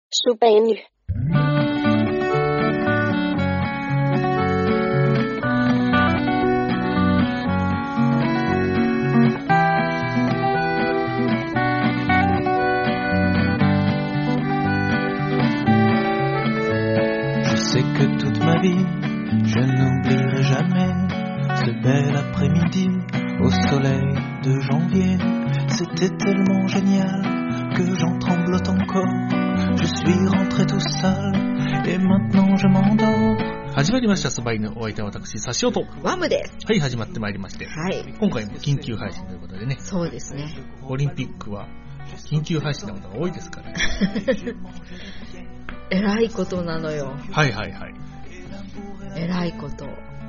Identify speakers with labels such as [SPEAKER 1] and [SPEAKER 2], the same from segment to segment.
[SPEAKER 1] Souvenir.
[SPEAKER 2] Je sais que toute ma vie, je n'oublierai jamais ce bel après-midi au soleil de janvier. C'était tellement génial que j'en tremblote encore. Je suis rentré tout seul et maintenant je m'endors.
[SPEAKER 3] 始まりました。スバイのお相手は私、サシオと。
[SPEAKER 4] ワムです。
[SPEAKER 3] はい、始まってまいりまして。
[SPEAKER 4] はい。
[SPEAKER 3] 今回も緊急配信ということでね。
[SPEAKER 4] そうですね。
[SPEAKER 3] オリンピックは緊急配信なことが多いですからね。
[SPEAKER 4] えらいことなのよ。
[SPEAKER 3] はいはいはい。
[SPEAKER 4] えらいこと。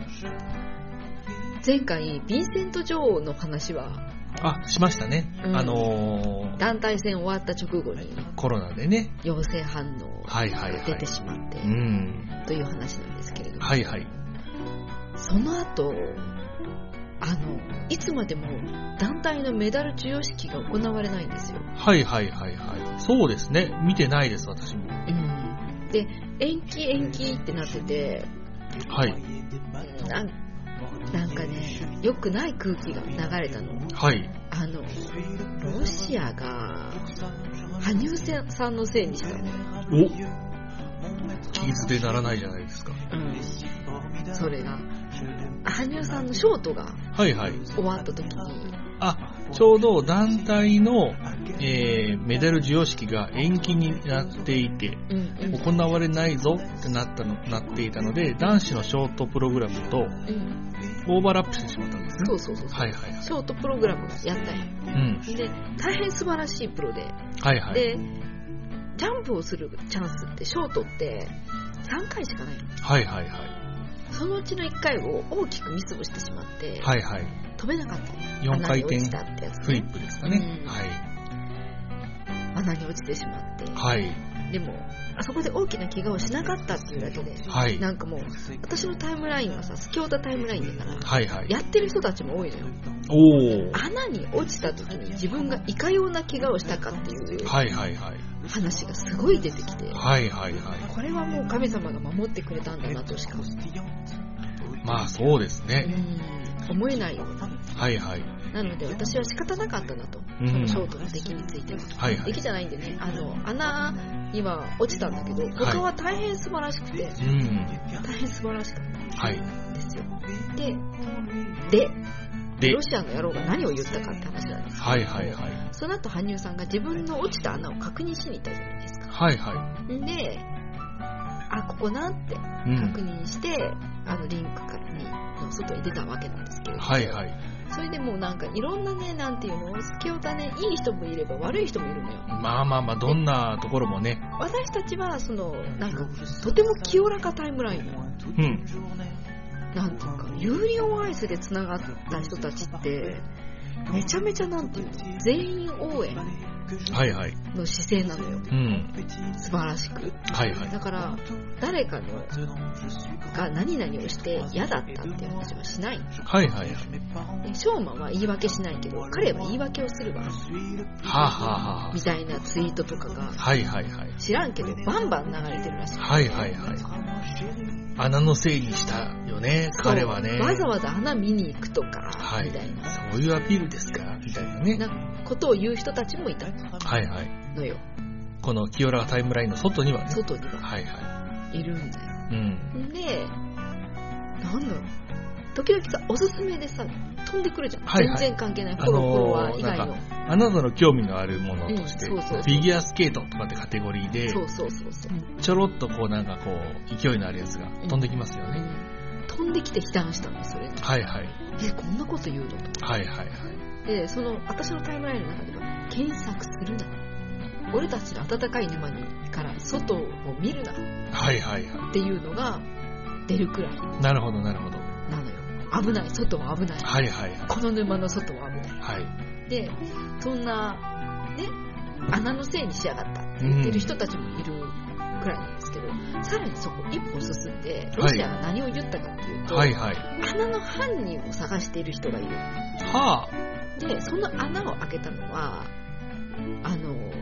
[SPEAKER 4] 前回、ヴィンセント女王の話は、
[SPEAKER 3] しましたね。
[SPEAKER 4] 団体戦終わった直後に
[SPEAKER 3] コロナでね、
[SPEAKER 4] 陽性反応が出てしまって、という話なんですけれども、
[SPEAKER 3] はいはい。
[SPEAKER 4] その後、いつまでも団体のメダル授与式が行われないんですよ。
[SPEAKER 3] はいはいはいはい。そうですね。見てないです、私も。
[SPEAKER 4] で、延期ってなってて、
[SPEAKER 3] はい。
[SPEAKER 4] なんかね、良くない空気が流れたの。
[SPEAKER 3] はい。
[SPEAKER 4] ロシアが羽生さんのせいにしたの。
[SPEAKER 3] 気づでならないじゃないですか。
[SPEAKER 4] それが羽生さんのショートが終わった時に、
[SPEAKER 3] ちょうど団体の、メダル授与式が延期になっていて、行われないぞってなっていたので、男子のショートプログラムとオーバーラップしてしまったんですね。
[SPEAKER 4] そう。
[SPEAKER 3] はいはい。
[SPEAKER 4] ショートプログラムがやったんよ。で、大変素晴らしいプロで、で、ジャンプをするチャンスってショートって3回しかないの。はいはいはい。そのうちの1回を大きくミスをしてしまって、飛べなかったの。
[SPEAKER 3] 4回転
[SPEAKER 4] 穴に落ちたってやつ、
[SPEAKER 3] フリップですかね。
[SPEAKER 4] 穴に落ちてしまって、でもあそこで大きな怪我をしなかったっていうだけで、なんかもう私のタイムラインはさ、スキョータタイムラインだから、やってる人たちも多いのよ。穴に落ちた時に自分がいかような怪我をしたかっていう話がすごい出てきて、これはもう神様が守ってくれたんだなとしか
[SPEAKER 3] そうですね、
[SPEAKER 4] 思えないような。なので私は仕方なかったなと、このショートの出来については。出来じゃないんでね、穴には落ちたんだけど、他は大変素晴らしくて、大変素晴らしかったんですよ。で、ロシアの野郎が何を言ったかって話なんですけど、その後羽生さんが自分の落ちた穴を確認しに行ったじゃないですか。で、ここなって確認して、リンクからの外に出たわけなんですけれども、それでもうなんかいろんなね、なんていうの、スキョータね、いい人もいれば悪い人もいるのよ。
[SPEAKER 3] どんなところもね。
[SPEAKER 4] 私たちはなんかとても清らかタイムラインの、なんていうか、有料アイスでつながった人たちってめちゃめちゃなんていうの、全員応援の姿勢なのよ。素晴らしく。だから誰かが何々をして嫌だったっていう話はしない。ショーマンは言い訳しないけど、彼は言い訳をするわ、みたいなツイートとかが、知らんけどバンバン流れてるらしい。
[SPEAKER 3] 穴のせいにしたよね、彼はね。
[SPEAKER 4] わざわざ穴見に行くとか、みたいな。
[SPEAKER 3] そういうアピールですかみたいなね。
[SPEAKER 4] なことを言う人たちもいたのよ。
[SPEAKER 3] この清らかタイムラインの外にはね。
[SPEAKER 4] いるんだよ。で、なんだろう。時々さ、おすすめでさ、飛んでくるじゃん。全然関係ない。フォロワー以外の。
[SPEAKER 3] あなたの興味のあるものとして、フィギュアスケートとかってカテゴリーで、ちょろっとなんか勢いのあるやつが飛んできますよね。
[SPEAKER 4] 飛んできて被弾したの、それに。こんなこと言うのと。で、私のタイムラインの中では、検索するな。俺たちの暖かい沼から外を見るな。っていうのが出るくらい。
[SPEAKER 3] なるほど。
[SPEAKER 4] なのよ。危ない、外は危ない。この沼の外は危ない。で、そんな、ね、穴のせいにしやがったって言ってる人たちもいるくらいなんですけど、さらにそこ一歩進んで、ロシアが何を言ったかっていうと、穴の犯人を探している人がいる。で、その穴を開けたのは、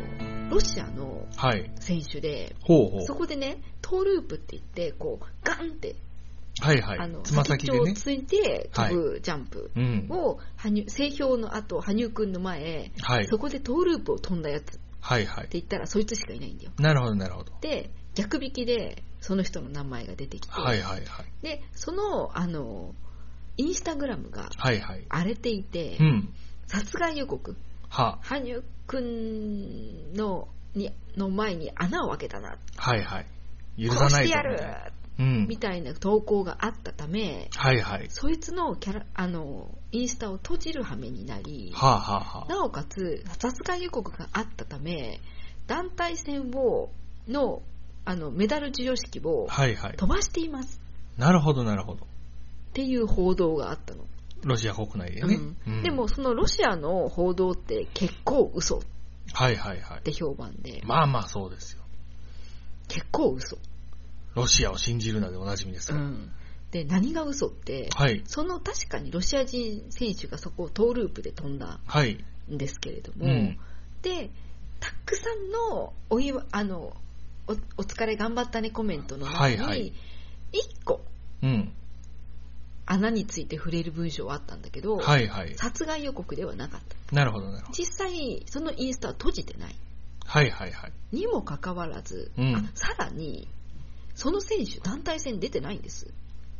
[SPEAKER 4] ロシアの選手で、そこでねトーループって言ってこうガンって
[SPEAKER 3] つま先でね
[SPEAKER 4] 先っちょをついて飛ぶジャンプを、整氷の後羽生くんの前、そこでトーループを飛んだやつって言ったらそいつしかいないんだよ。
[SPEAKER 3] なるほどなるほど。
[SPEAKER 4] で逆引きでその人の名前が出てきて、でそのインスタグラムが荒れていて、殺害予告、羽生くんの前に穴を開けたな、
[SPEAKER 3] 許さないと
[SPEAKER 4] 殺してやる、みたいな投稿があったため、そいつのインスタを閉じる羽目になり、なおかつ殺害予告があったため団体戦のメダル授与式を飛ばしています、
[SPEAKER 3] なるほどなるほど
[SPEAKER 4] っていう報道があったの、
[SPEAKER 3] ロシア国内でね、
[SPEAKER 4] でもそのロシアの報道って結構嘘って評判で、
[SPEAKER 3] まあまあそうですよ、
[SPEAKER 4] 結構嘘、
[SPEAKER 3] ロシアを信じるなでおなじみですから、
[SPEAKER 4] で何が嘘って、その確かにロシア人選手がそこをトーループで飛んだんですけれども、でたくさんのお疲れ頑張ったねコメントの中に1個、穴について触れる文章はあったんだけど、殺害予告ではなかった。
[SPEAKER 3] なるほどなるほど。
[SPEAKER 4] 実際そのインスタは閉じてない、にもかかわらず、さらにその選手団体戦出てないんです。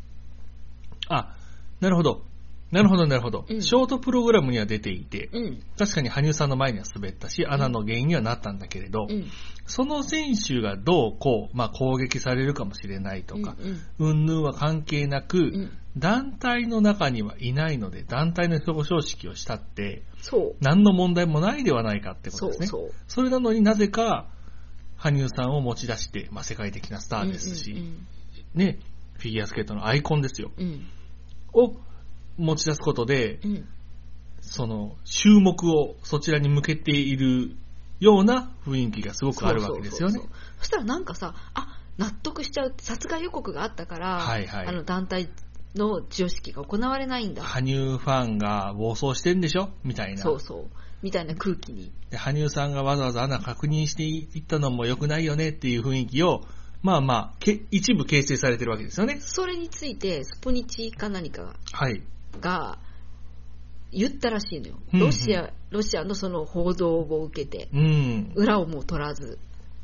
[SPEAKER 3] なるほどなるほどなるほど、ショートプログラムには出ていて、確かに羽生さんの前には滑ったし穴の原因にはなったんだけれど、その選手がどうこう、攻撃されるかもしれないとか、云々は関係なく、団体の中にはいないので団体の表彰式をしたって何の問題もないではないかってことですね。それなのになぜか羽生さんを持ち出して、世界的なスターですし、ね、フィギュアスケートのアイコンですよ、を持ち出すことで、その注目をそちらに向けているような雰囲気がすごくあるわけですよね。
[SPEAKER 4] そしたらなんかさ、納得しちゃう、殺害予告があったから、団体の授与式が行われないんだ、
[SPEAKER 3] 羽生ファンが暴走してるんでしょみたいな、
[SPEAKER 4] みたいな空気に、
[SPEAKER 3] で羽生さんがわざわざ穴確認していったのも良くないよねっていう雰囲気を一部形成されてるわけですよね。
[SPEAKER 4] それについてスポニチか何かが言ったらしいのよ、ロシアのその報道を受けて、裏をも取らず、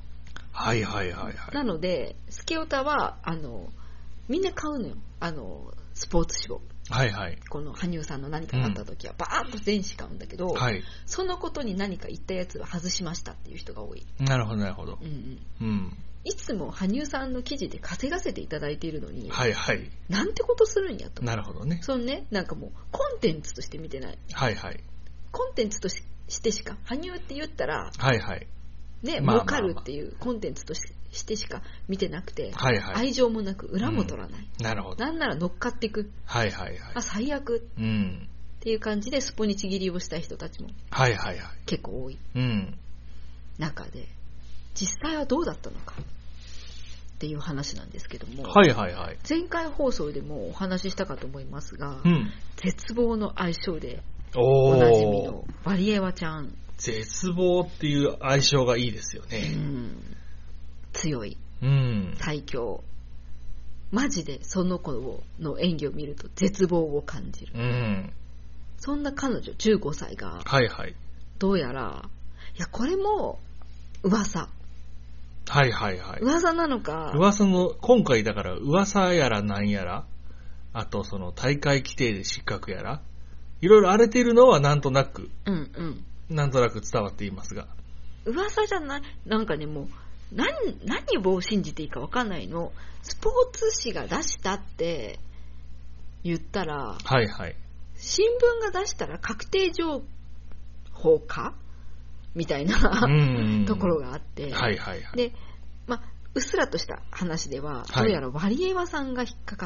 [SPEAKER 4] なのでスケオタはみんな買うのよ、スポーツ紙を、この羽生さんの何かがあった時はバーッと全紙買うんだけど、そのことに何か言ったやつは外しましたっていう人が多い。
[SPEAKER 3] なるほどなるほど、
[SPEAKER 4] いつも羽生さんの記事で稼がせていただいているのに、なんてことするんやと。
[SPEAKER 3] なるほどね。
[SPEAKER 4] そのね、なんかもうコンテンツとして見てない、コンテンツとしてしか、羽生って言ったら、ね、儲かるっていうコンテンツとしてしか見てなくて、愛情もなく裏も取らない、
[SPEAKER 3] なるほど、
[SPEAKER 4] なんなら乗っかっていく、最悪っていう感じでスポニチ切りをした人たちも結構多い、中で実際はどうだったのかっていう話なんですけども、前回放送でもお話ししたかと思いますが、絶望の愛称でおなじみのワリエワちゃん、
[SPEAKER 3] 絶望っていう愛称がいいですよね、
[SPEAKER 4] 強い、最強、マジでその子の演技を見ると絶望を感じる、そんな彼女15歳が、どうやら、いやこれも噂、噂なのか、
[SPEAKER 3] 噂の今回だから噂やらなんやら、あとその大会規定で失格やら、いろいろ荒れているのはなんとなく、なんとなく伝わっていますが、
[SPEAKER 4] 噂じゃない、なんかね、もう何を信じていいか分かんないの。スポーツ紙が出したって言ったら、新聞が出したら確定情報かみたいなところがあって、で、うっすらとした話では、どうやらワリエワさんが引っかかった。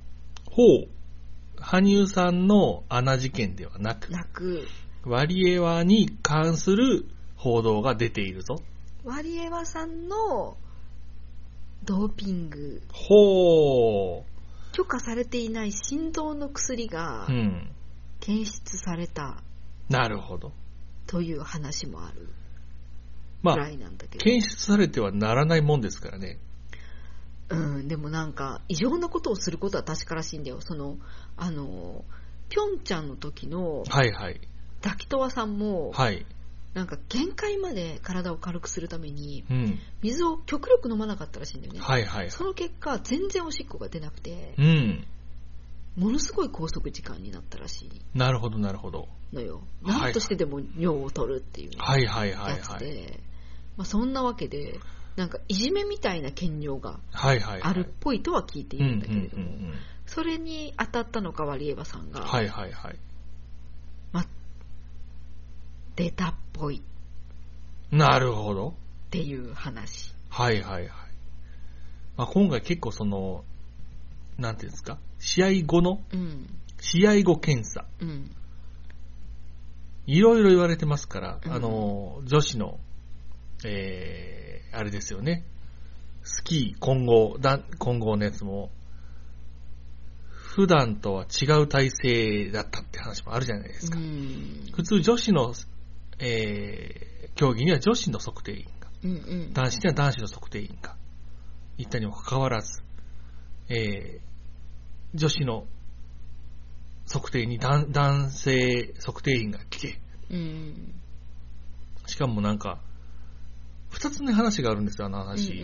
[SPEAKER 3] 羽生さんの穴事件ではなく、ワリエワに関する報道が出ているぞ。
[SPEAKER 4] ワリエワさんのドーピング、許可されていない心臓の薬が検出された、
[SPEAKER 3] なるほど、
[SPEAKER 4] という話もある。 ぐらいなんだけど、
[SPEAKER 3] 検出されてはならないもんですからね。
[SPEAKER 4] でもなんか異常なことをすることは確からしいんだよ。ピョンチャンの時のザキトワさんも、なんか限界まで体を軽くするために、水を極力飲まなかったらしいんだよね。その結果全然おしっこが出なくて、ものすごい拘束時間になったらしい。
[SPEAKER 3] なるほどなるほど
[SPEAKER 4] のよ。何としてでも尿を取るっていうやつで、そんなわけでなんかいじめみたいな兼尿があるっぽいとは聞いているんだけれども、それに当たったのかワリエワさんが、出たっぽい。
[SPEAKER 3] なるほど
[SPEAKER 4] っていう話。
[SPEAKER 3] 今回結構なんていうんですか、試合後検査、いろいろ言われてますから、女子のあれですよね、スキー混合のやつも普段とは違う体勢だったって話もあるじゃないですか。普通女子の、競技には女子の測定員が、男子には男子の測定員がいったにもかかわらず、女子の測定に男性測定員が来て、しかもなんか2つの話があるんですよ、あの話。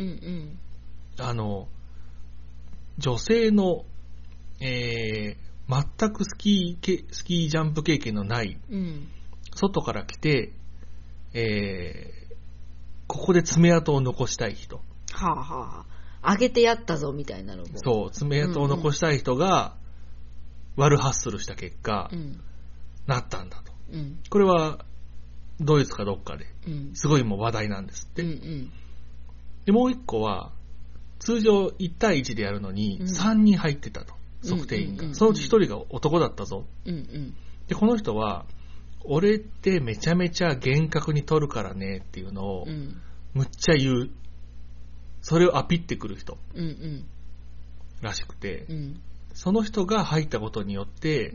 [SPEAKER 3] 女性の、全くスキージャンプ経験のない、外から来て、ここで爪痕を残したい人、
[SPEAKER 4] 上げてやったぞみたいなのも、
[SPEAKER 3] そう、爪痕を残したい人がワルハッスルした結果、なったんだと、これはドイツかどっかですごいもう話題なんですって。でもう一個は通常1対1でやるのに3人入ってたと、測定員が。そのうち1人が男だったぞ。でこの人は俺ってめちゃめちゃ厳格に取るからねっていうのをむっちゃ言う、それをアピってくる人らしくて、その人が入ったことによって、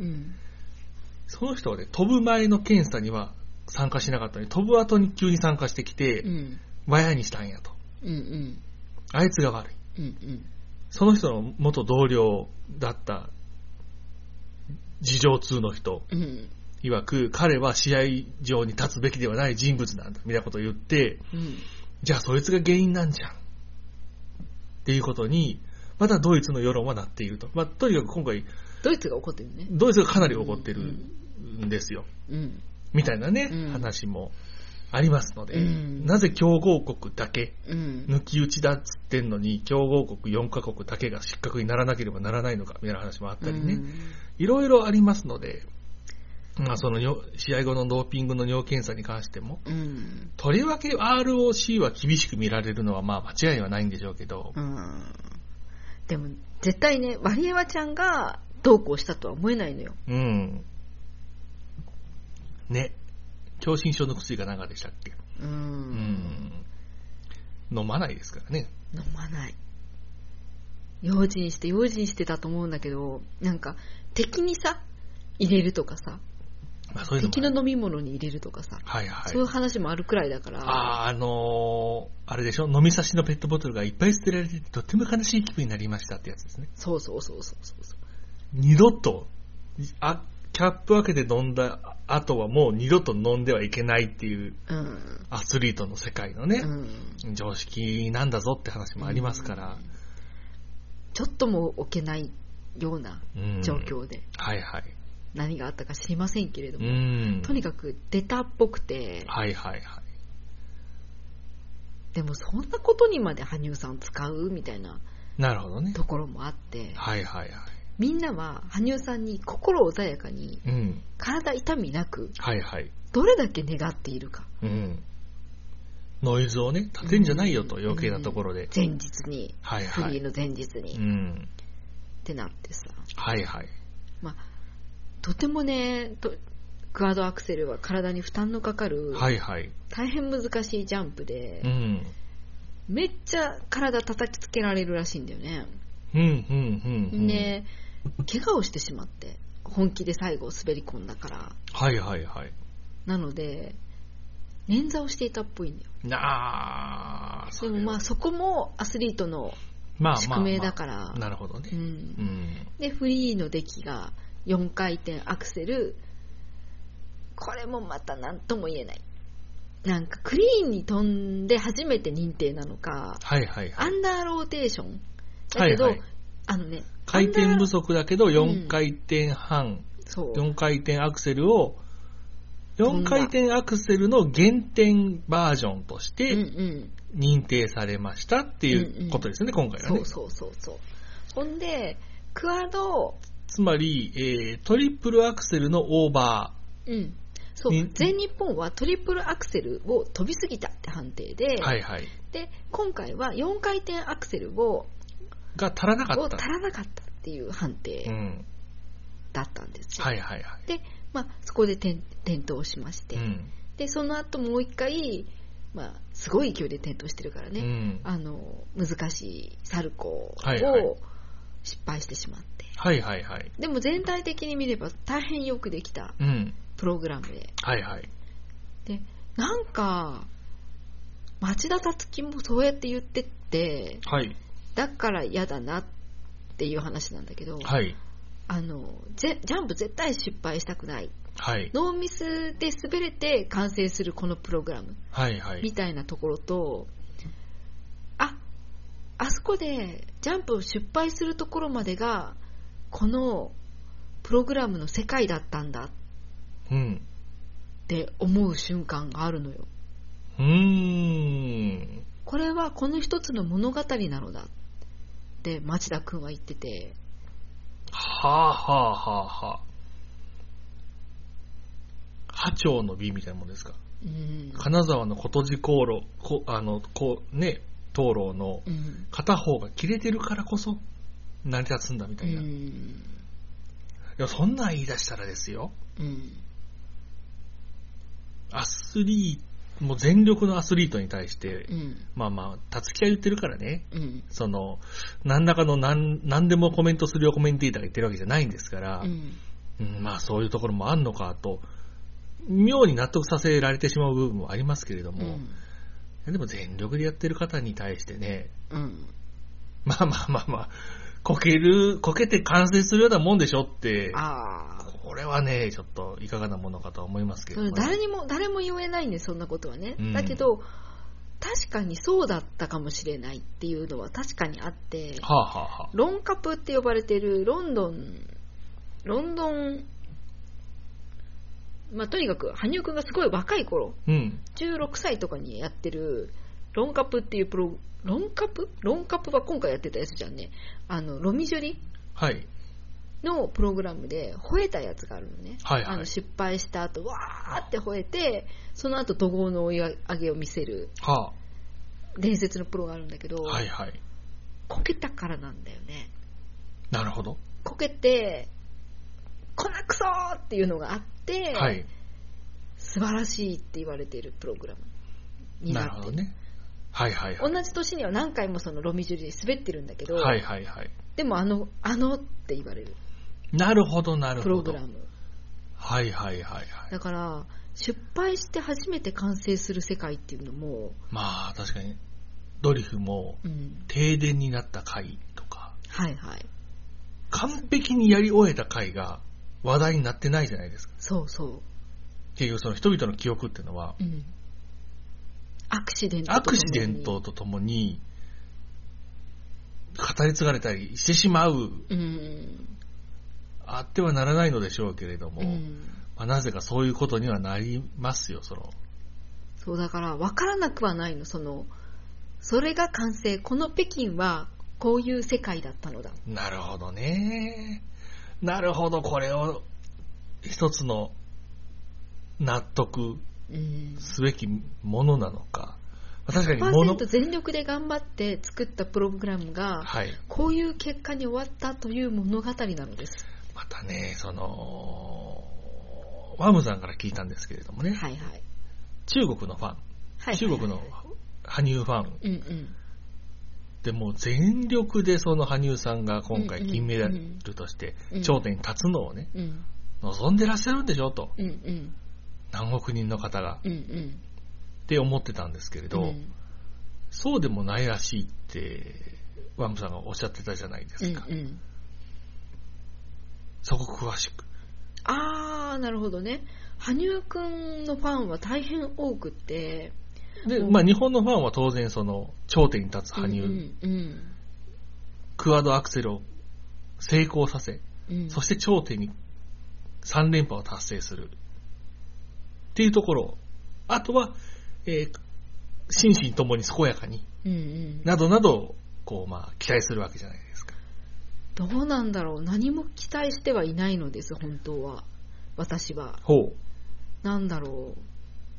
[SPEAKER 3] その人はね、飛ぶ前の検査には参加しなかったのに、飛ぶ後に急に参加してきて、ワヤにしたんやと、あいつが悪い、その人の元同僚だった事情通の人、曰く彼は試合場に立つべきではない人物なんだみたいなことを言って、じゃあそいつが原因なんじゃんっていうことにまたドイツの世論はなっていると。とにかく今回
[SPEAKER 4] ドイツが怒ってるね。
[SPEAKER 3] ドイツがかなり怒ってるんですよ、みたいなね、話もありますので、なぜ強豪国だけ、抜き打ちだっつってんのに強豪国4カ国だけが失格にならなければならないのかみたいな話もあったりね、いろいろありますので、その試合後のドーピングの尿検査に関しても、とりわけ ROC は厳しく見られるのは間違いはないんでしょうけど、
[SPEAKER 4] でも絶対ね、ワリエワちゃんがどうこうしたとは思えないのよ。
[SPEAKER 3] ね、狭心症の薬が何でしたっけ。飲まないですからね。
[SPEAKER 4] 飲まない。用心してたと思うんだけど、なんか敵にさ入れるとかさ、敵の飲み物に入れるとかさ、そういう話もあるくらいだから。あ
[SPEAKER 3] れでしょ、飲み差しのペットボトルがいっぱい捨てられてとっても悲しい気分になりましたってやつですね。
[SPEAKER 4] そう。
[SPEAKER 3] 二度とキャップ開けて飲んだ後はもう二度と飲んではいけないっていう、アスリートの世界のね、常識なんだぞって話もありますから、
[SPEAKER 4] ちょっとも置けないような状況で、何があったか知りませんけれども、とにかく出たっぽくて、でもそんなことにまで羽生さん使うみたいなところもあって、みんなは羽生さんに心穏やかに、体痛みなく、どれだけ願っているか、
[SPEAKER 3] ノイズをね立てんじゃないよと、余計なところで、
[SPEAKER 4] 前日に、フリーの前日に、ってなってさ、とてもね、クワッドアクセルは体に負担のかかる、大変難しいジャンプで、めっちゃ体叩きつけられるらしいんだよね。で、怪我をしてしまって、本気で最後滑り込んだから。なので捻挫をしていたっぽいんだよ。でもまあそこもアスリートの宿命だから、
[SPEAKER 3] なるほどね、
[SPEAKER 4] でフリーの出来が4回転アクセル、これもまた何とも言えない。なんかクリーンに飛んで初めて認定なのか、アンダーローテーションだけど、
[SPEAKER 3] 回転不足だけど4回転半、4回転アクセルを4回転アクセルの減点バージョンとして認定されましたっていうことですよね、今回はね。
[SPEAKER 4] そう。ほんでクアド、
[SPEAKER 3] つまり、トリプルアクセルのオーバー、
[SPEAKER 4] 全日本はトリプルアクセルを飛びすぎたって判定で、で今回は4回転アクセル
[SPEAKER 3] が足らなかった
[SPEAKER 4] っていう判定だったんですよ。で、そこで転倒しまして、でその後もう一回、すごい勢いで転倒してるからね、難しいサルコーを失敗してしまって、でも全体的に見れば大変よくできたプログラムで、でなんか町田達樹もそうやって言ってって、だから嫌だなっていう話なんだけど、ジャンプ絶対失敗したくない、ノーミスで滑れて完成するこのプログラム、みたいなところと、あそこでジャンプを失敗するところまでがこのプログラムの世界だったんだって思う瞬間があるのよ。これはこの一つの物語なのだって町田くんは言ってて、
[SPEAKER 3] 波長の美みたいなもんですか。金沢の琴路航路、灯籠の片方が切れてるからこそ成り立つんだみたいな。いや、そんなん言い出したらですよ、アスリート、もう全力のアスリートに対して、たつきは言ってるからね、何らかの何でもコメントするよコメンテーターが言ってるわけじゃないんですから、そういうところもあんのかと妙に納得させられてしまう部分もありますけれども、でも全力でやってる方に対してね、こけて完成するようなもんでしょって、これはねちょっといかがなものかとは思いますけど、ね、
[SPEAKER 4] 誰も言えないんでそんなことはね、だけど確かにそうだったかもしれないっていうのは確かにあって、ロンカプって呼ばれてるロンドン、とにかく羽生くんがすごい若い頃、16歳とかにやってるロンカプっていうロンカプは今回やってたやつじゃんね。ロミジュリのプログラムで吠えたやつがあるのね。失敗した後わーって吠えて、その後怒号の追い上げを見せる伝説のプロがあるんだけど、こけたからなんだよね。
[SPEAKER 3] なるほど。
[SPEAKER 4] こけてこなくそーっていうのがあって、素晴らしいって言われているプログラムになってる。なるほどね。同じ年には何回もそのロミジュリで滑ってるんだけど、でもって言われる。
[SPEAKER 3] なるほどなるほど。
[SPEAKER 4] プログラム。だから失敗して初めて完成する世界っていうのも、
[SPEAKER 3] 確かにドリフも停電になった回とか、完璧にやり終えた回が話題になってないじゃないですか。結局その人々の記憶っていうのは、アクシデントとともに語り継がれたりしてしまう、あってはならないのでしょうけれども、なぜかそういうことにはなりますよ。
[SPEAKER 4] そうだから分からなくはないの。それが完成、この北京はこういう世界だったのだ。
[SPEAKER 3] なるほどね。なるほど。これを一つの納得すべきものなのか。確かに
[SPEAKER 4] 100% 全力で頑張って作ったプログラムが、こういう結果に終わったという物語なのです。
[SPEAKER 3] またね、ワムさんから聞いたんですけれどもね、中国のファン、中国の羽生ファン、でも全力でその羽生さんが今回金メダルとして頂点に立つのをね、望んでらっしゃるんでしょと、何億人の方が、 って思ってたんですけれど、そうでもないらしいってワンプさんがおっしゃってたじゃないですか。そこ詳しく。
[SPEAKER 4] なるほどね。羽生くんのファンは大変多くて、
[SPEAKER 3] で、日本のファンは当然その頂点に立つ羽生、クワッドアクセルを成功させ、そして頂点に3連覇を達成するっていうところ、あとは、心身ともに健やかに、などなどこう期待するわけじゃないですか。
[SPEAKER 4] どうなんだろう。何も期待してはいないのです、本当は。私は。
[SPEAKER 3] ほう。
[SPEAKER 4] なんだろう。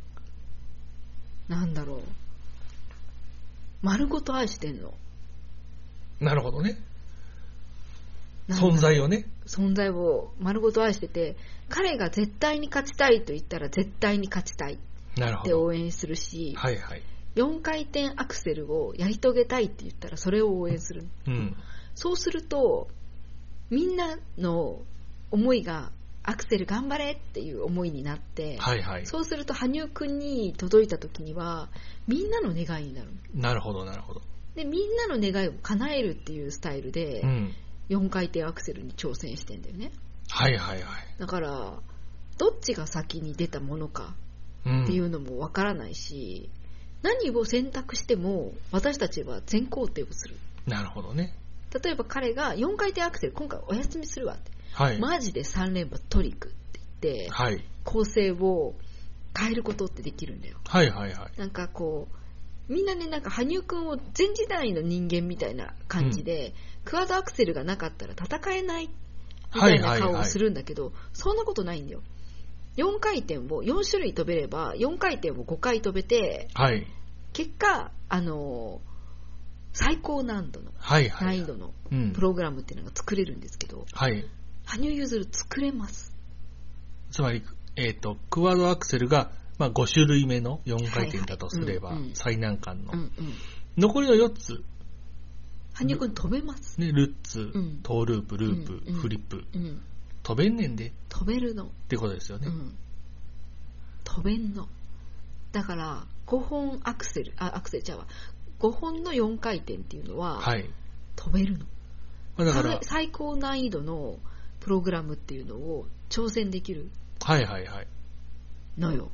[SPEAKER 4] 丸ごと愛してんの。
[SPEAKER 3] なるほどね。存在をね。
[SPEAKER 4] 存在を丸ごと愛してて、彼が絶対に勝ちたいと言ったら絶対に勝ちたいって応援するし、4回転アクセルをやり遂げたいって言ったらそれを応援する。そうするとみんなの思いがアクセル頑張れっていう思いになって、そうすると羽生くんに届いた時にはみんなの願いになる。
[SPEAKER 3] なるほどなるほど。
[SPEAKER 4] でみんなの願いを叶えるっていうスタイルで、4回転アクセルに挑戦してんだよね。だからどっちが先に出たものかっていうのもわからないし、何を選択しても私たちは全肯定をする。
[SPEAKER 3] なるほどね。
[SPEAKER 4] 例えば彼が4回転アクセル今回お休みするわって、マジで3連覇取り行くって言って、構成を変えることってできるんだよ。なんかこうみんなね、なんか羽生くんを前時代の人間みたいな感じで、クワッドアクセルがなかったら戦えないみたいな顔をするんだけど、そんなことないんだよ。4回転を4種類飛べれば4回転を5回飛べて、結果最高難度の、難易度のプログラムっていうのが作れるんですけど、羽生結弦作れます。
[SPEAKER 3] つまり、クワッドアクセルが、5種類目の4回転だとすれば、最難関の、残りの4つ
[SPEAKER 4] 羽生くん飛べます、
[SPEAKER 3] ね、ルッツ、トーループ、ループ、フリップ、飛べんねんで。
[SPEAKER 4] 飛べるの
[SPEAKER 3] ってことですよね。
[SPEAKER 4] 飛べんの。だから5本アクセルちゃうわ。5本の4回転っていうのは、飛べるの。だから最高難易度のプログラムっていうのを挑戦できる。のよ。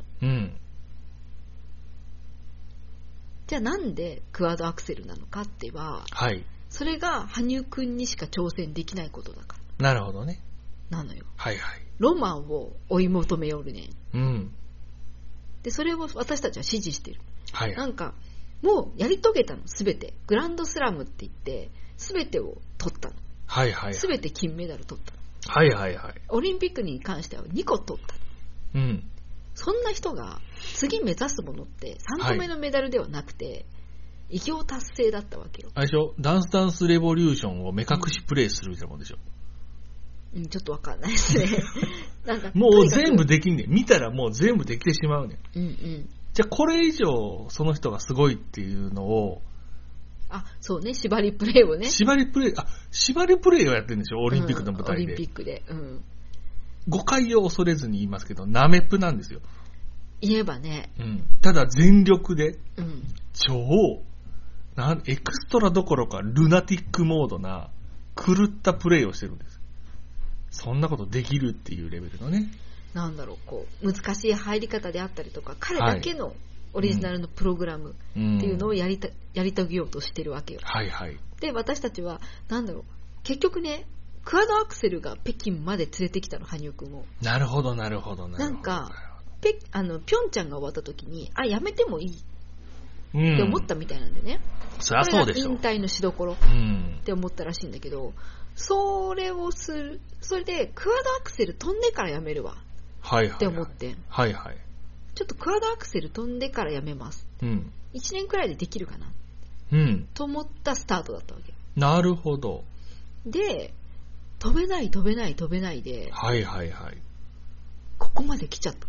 [SPEAKER 4] じゃあなんでクワッドアクセルなのかっては、それが羽生くんにしか挑戦できないことだから。
[SPEAKER 3] なるほどね。
[SPEAKER 4] なのよ。ロマンを追い求めよるね。でそれを私たちは支持してる。なんかもうやり遂げたの、すべて。グランドスラムって言ってすべてを取ったの。すべて金メダル取ったの。オリンピックに関しては2個取ったの。そんな人が次目指すものって3個目のメダルではなくて、偉業達成だったわけよ。
[SPEAKER 3] あれでしょ、ダンスダンスレボリューションを目隠しプレイするみたいなもんでしょ。
[SPEAKER 4] ちょっとわかんないですね。なんか
[SPEAKER 3] もう全部できんねん。見たらもう全部できてしまうねん。じゃあこれ以上その人がすごいっていうのを、
[SPEAKER 4] そうね、縛りプレイをね。
[SPEAKER 3] 縛りプレイをやってるんでしょ、オリンピックの舞台で。
[SPEAKER 4] オリンピックで。
[SPEAKER 3] 誤解を恐れずに言いますけど、ナメプなんですよ。
[SPEAKER 4] 言えばね。
[SPEAKER 3] ただ全力で、超エクストラどころかルナティックモードな狂ったプレイをしてるんです。そんなことできるっていうレベルのね。
[SPEAKER 4] なんだろう、こう難しい入り方であったりとか、彼だけのオリジナルのプログラムっていうのをやり遂げようとしてるわけよ。で私たちはなんだろう、結局ね、クワッドアクセルが北京まで連れてきたの、羽生くんを。
[SPEAKER 3] なるほど。なん
[SPEAKER 4] かピョンチャンが終わった時にやめてもいいって思ったみたいなんでね。
[SPEAKER 3] そりゃそうでしょ。
[SPEAKER 4] 引退のしどころって思ったらしいんだけど、それでクワッドアクセル飛んでからやめるわって思って、ちょっとクワッドアクセル飛んでからやめます、1年くらいでできるかな、と思ったスタートだったわけ。
[SPEAKER 3] なるほど。
[SPEAKER 4] で飛べないで、ここまで来ちゃった。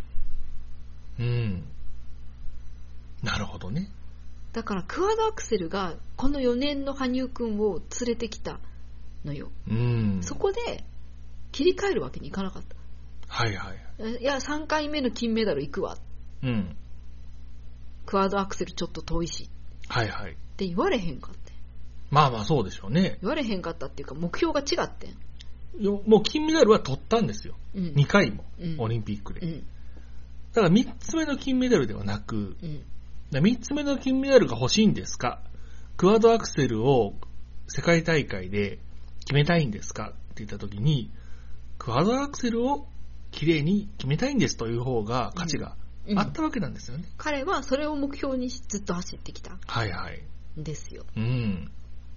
[SPEAKER 3] なるほどね。
[SPEAKER 4] だからクワッドアクセルがこの4年の羽生くんを連れてきたのよ。そこで切り替えるわけにいかなかった。いや3回目の金メダル行くわ、 クワッドアクセルちょっと遠いし、
[SPEAKER 3] はいはい。
[SPEAKER 4] って言われへんかって。
[SPEAKER 3] まあまあそうでしょうね。
[SPEAKER 4] 言われへんかったっていうか、目標が違ってん。
[SPEAKER 3] もう金メダルは取ったんですよ。
[SPEAKER 4] うん、
[SPEAKER 3] 2回も、
[SPEAKER 4] うん、
[SPEAKER 3] オリンピックで。
[SPEAKER 4] うん、
[SPEAKER 3] だから3つ目の金メダルではなく、
[SPEAKER 4] うん、
[SPEAKER 3] 3つ目の金メダルが欲しいんですか、クワッドアクセルを世界大会で決めたいんですかって言った時に、クワッドアクセルをきれいに決めたいんですという方が価値があったわけなんですよね。
[SPEAKER 4] 彼はそれを目標にずっと走ってきた。
[SPEAKER 3] はいはい。
[SPEAKER 4] ですよ。
[SPEAKER 3] うん。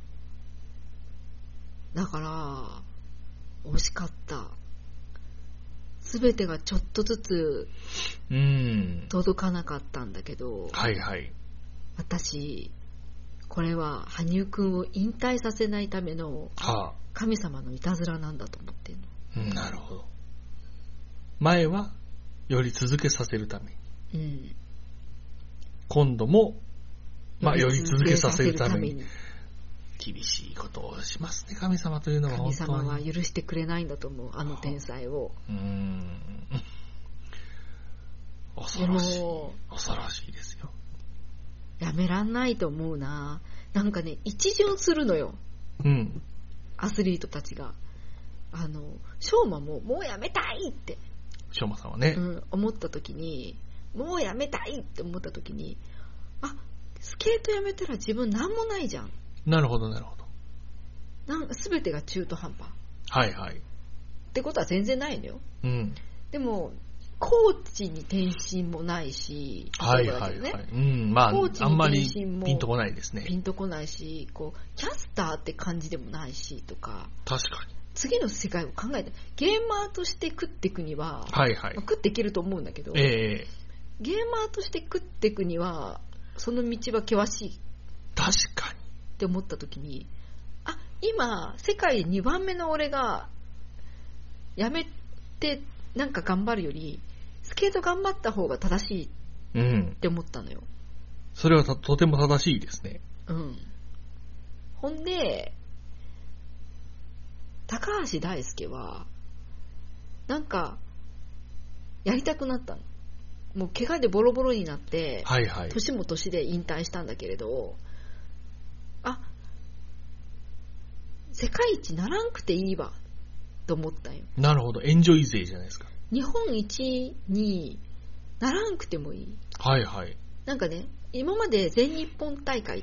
[SPEAKER 4] だから惜しかった。すべてがちょっとずつ届かなかったんだけど、
[SPEAKER 3] はいはい。
[SPEAKER 4] 私これは羽生くんを引退させないための神様のいたずらなんだと思ってるの。
[SPEAKER 3] なるほど。前はより続けさせるために、うん、今度も、まあ、より続けさせるために厳しいことをしますね、神様というのは。
[SPEAKER 4] 神様は許してくれないんだと思う、あの天才を。
[SPEAKER 3] 恐ろしい、恐ろしいですよ。
[SPEAKER 4] やめらんないと思うな。なんかね、一巡するのよ、うん、アスリートたちが。翔馬ももうやめたいって
[SPEAKER 3] 翔馬さんはね、
[SPEAKER 4] 思った時に、もうやめたいって思った時に、あ、スケートやめたら自分なんもないじゃん。
[SPEAKER 3] なるほどなるほ
[SPEAKER 4] ど。全てが中途半端。
[SPEAKER 3] はいはい。
[SPEAKER 4] ってことは全然ないのよ。うん。でもコーチに転身もないし、
[SPEAKER 3] はいはいはい。うん、まああんまりピンとこないですね。
[SPEAKER 4] ピンとこないし、こうキャスターって感じでもないしとか。
[SPEAKER 3] 確かに。
[SPEAKER 4] 次の世界を考えて、ゲーマーとして食っていくには、
[SPEAKER 3] はいはい、
[SPEAKER 4] 食っていけると思うんだけど、ゲーマーとして食っていくにはその道は険しい。
[SPEAKER 3] 確かに
[SPEAKER 4] って思った時に、あ、今世界で2番目の俺がやめてなんか頑張るよりスケート頑張った方が正しいって思ったのよ。
[SPEAKER 3] それはとても正しいですね。
[SPEAKER 4] うん。ほんで高橋大輔はなんかやりたくなったの。もう怪我でボロボロになって、
[SPEAKER 3] はいはい、
[SPEAKER 4] 年も年で引退したんだけれど、あ、世界一ならんくていいわと思ったよ。
[SPEAKER 3] なるほど、エンジョイ勢じゃないですか。
[SPEAKER 4] 日本一にならんくてもいい。
[SPEAKER 3] はいはい。
[SPEAKER 4] なんかね、今まで全日本大会って、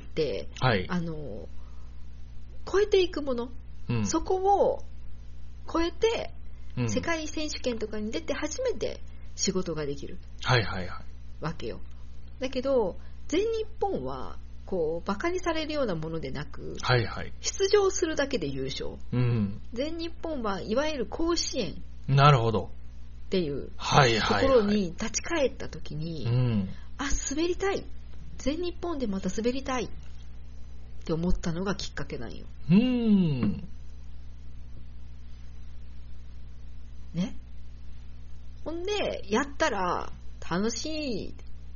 [SPEAKER 3] はい、
[SPEAKER 4] 超えていくもの、
[SPEAKER 3] うん、
[SPEAKER 4] そこを超えて、世界選手権とかに出て初めて仕事ができる、
[SPEAKER 3] はいはいはい、
[SPEAKER 4] わけよ。だけど全日本はこうバカにされるようなものでなく、
[SPEAKER 3] はいはい、
[SPEAKER 4] 出場するだけで優勝、
[SPEAKER 3] うん、
[SPEAKER 4] 全日本はいわゆる甲子園、
[SPEAKER 3] なるほど
[SPEAKER 4] っていうところに立ち返った時に、あ、滑りたい、全日本でまた滑りたいって思ったのがきっかけなんよ。ね。ほんでやったら楽しい。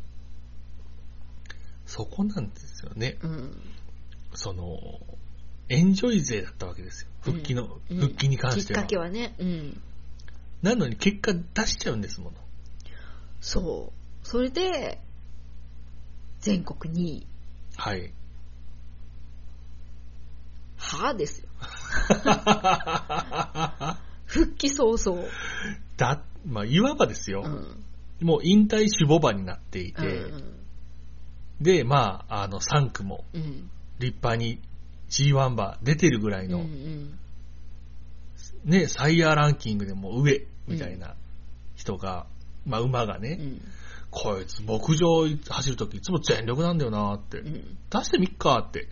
[SPEAKER 3] そこなんですよね。
[SPEAKER 4] うん、
[SPEAKER 3] そのエンジョイ勢だったわけですよ。復帰に関しては。
[SPEAKER 4] きっかけはね。うん。
[SPEAKER 3] なのに結果出しちゃうんですもの。
[SPEAKER 4] そう。それで全国2位。
[SPEAKER 3] はい。
[SPEAKER 4] はぁですよ。復帰早々。
[SPEAKER 3] まあ、いわばですよ。もう引退守護馬になっていて、で、まあ、3区も立派に G1 馬出てるぐらいの、ね、サイヤーランキングでも上みたいな人が、まあ、馬がね、こいつ牧場走るときいつも全力なんだよなって、出してみっかって、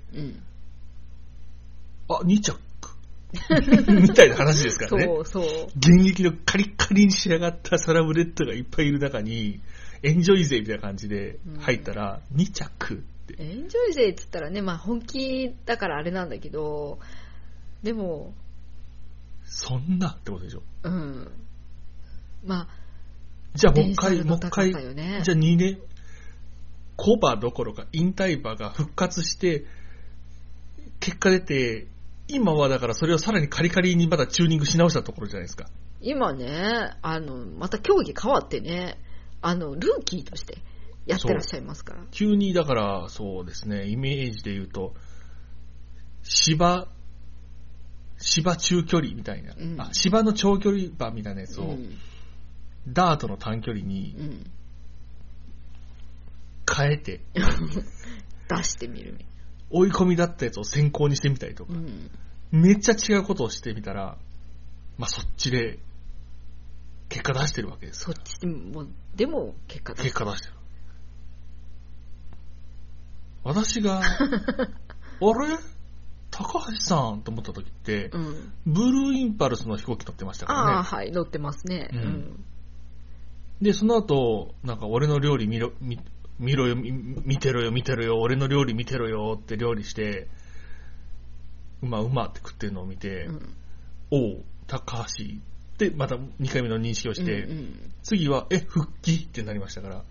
[SPEAKER 3] あ、2着みたいな話ですからね。
[SPEAKER 4] そう
[SPEAKER 3] 現役のカリッカリに仕上がったサラブレッドがいっぱいいる中にエンジョイ勢みたいな感じで入ったら2着って、
[SPEAKER 4] エンジョイ勢って言ったらね、まあ本気だからあれなんだけど、でも
[SPEAKER 3] そんなってことでしょ。
[SPEAKER 4] まあ
[SPEAKER 3] じゃあもう一回、じゃあ2年コバどころか引退馬が復活して結果出て、今はだからそれをさらにカリカリにまたチューニングし直したところじゃないですか。
[SPEAKER 4] 今ね、また競技変わってね、ルーキーとしてやってらっしゃいますから。
[SPEAKER 3] 急にだからそうですね、イメージで言うと芝中距離みたいな、芝の長距離馬みたいなやつを、ダートの短距離に変えて、
[SPEAKER 4] 出してみる。
[SPEAKER 3] 追い込みだったやつを先行にしてみたりとか、めっちゃ違うことをしてみたら、まあそっちで結果出してるわけです。
[SPEAKER 4] そっちでも結果出してる。
[SPEAKER 3] 私があれ高橋さんと思った時って、ブルーインパルスの飛行機乗ってましたからね。
[SPEAKER 4] はい、乗ってますね。
[SPEAKER 3] でその後なんか俺の料理見ろよ、見てろよ、俺の料理見てろよって料理してうまって食ってるのを見て、おう高橋ってまた2回目の認識をして、次は復帰ってなりましたから、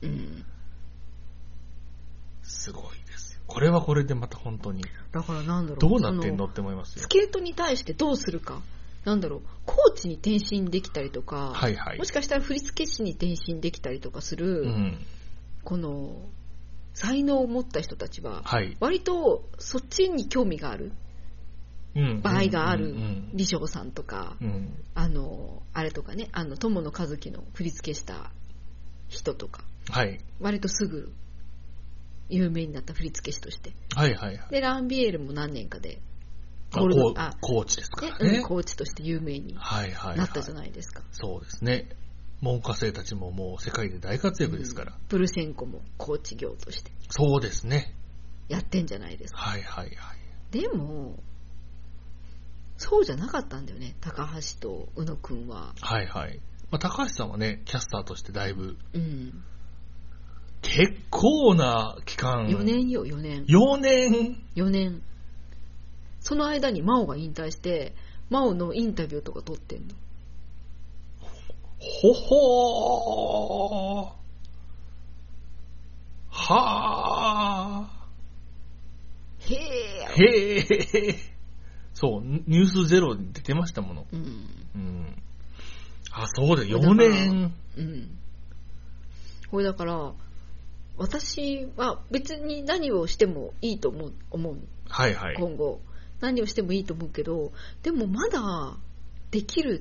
[SPEAKER 3] すごいですよ。これはこれでまた本当に
[SPEAKER 4] だからなんだろう、
[SPEAKER 3] どうなってんのって思いますよ。
[SPEAKER 4] スケートに対してどうするか、なんだろう、コーチに転身できたりとか、もしかしたら振付師に転身できたりとかする、この才能を持った人たちは、割とそっちに興味がある場合がある。美少さんとか、あれとかね、友野一希の振り付けした人とか、割とすぐ有名になった振付師として、でランビエールも何年かで
[SPEAKER 3] コーチですからね、
[SPEAKER 4] コーチとして有名になったじゃないですか。
[SPEAKER 3] そうですね。門下生たちももう世界で大活躍ですから、
[SPEAKER 4] プルシェンコもコーチ業として
[SPEAKER 3] そうですね
[SPEAKER 4] やってんじゃないですか。
[SPEAKER 3] はいはいはい。
[SPEAKER 4] でもそうじゃなかったんだよね、高橋と宇野くんは。
[SPEAKER 3] はいはい。まあ、高橋さんはねキャスターとしてだいぶ、結構な期間、
[SPEAKER 4] 4年よ、4年。その間に真央が引退して真央のインタビューとか撮ってんの。
[SPEAKER 3] ほほー、は
[SPEAKER 4] ー、
[SPEAKER 3] へー、そう、ニュースゼロに出てましたもの。あ、そうだ、4年。
[SPEAKER 4] これだから私は別に何をしてもいいと思う。今後何をしてもいいと思うけど、でもまだできる、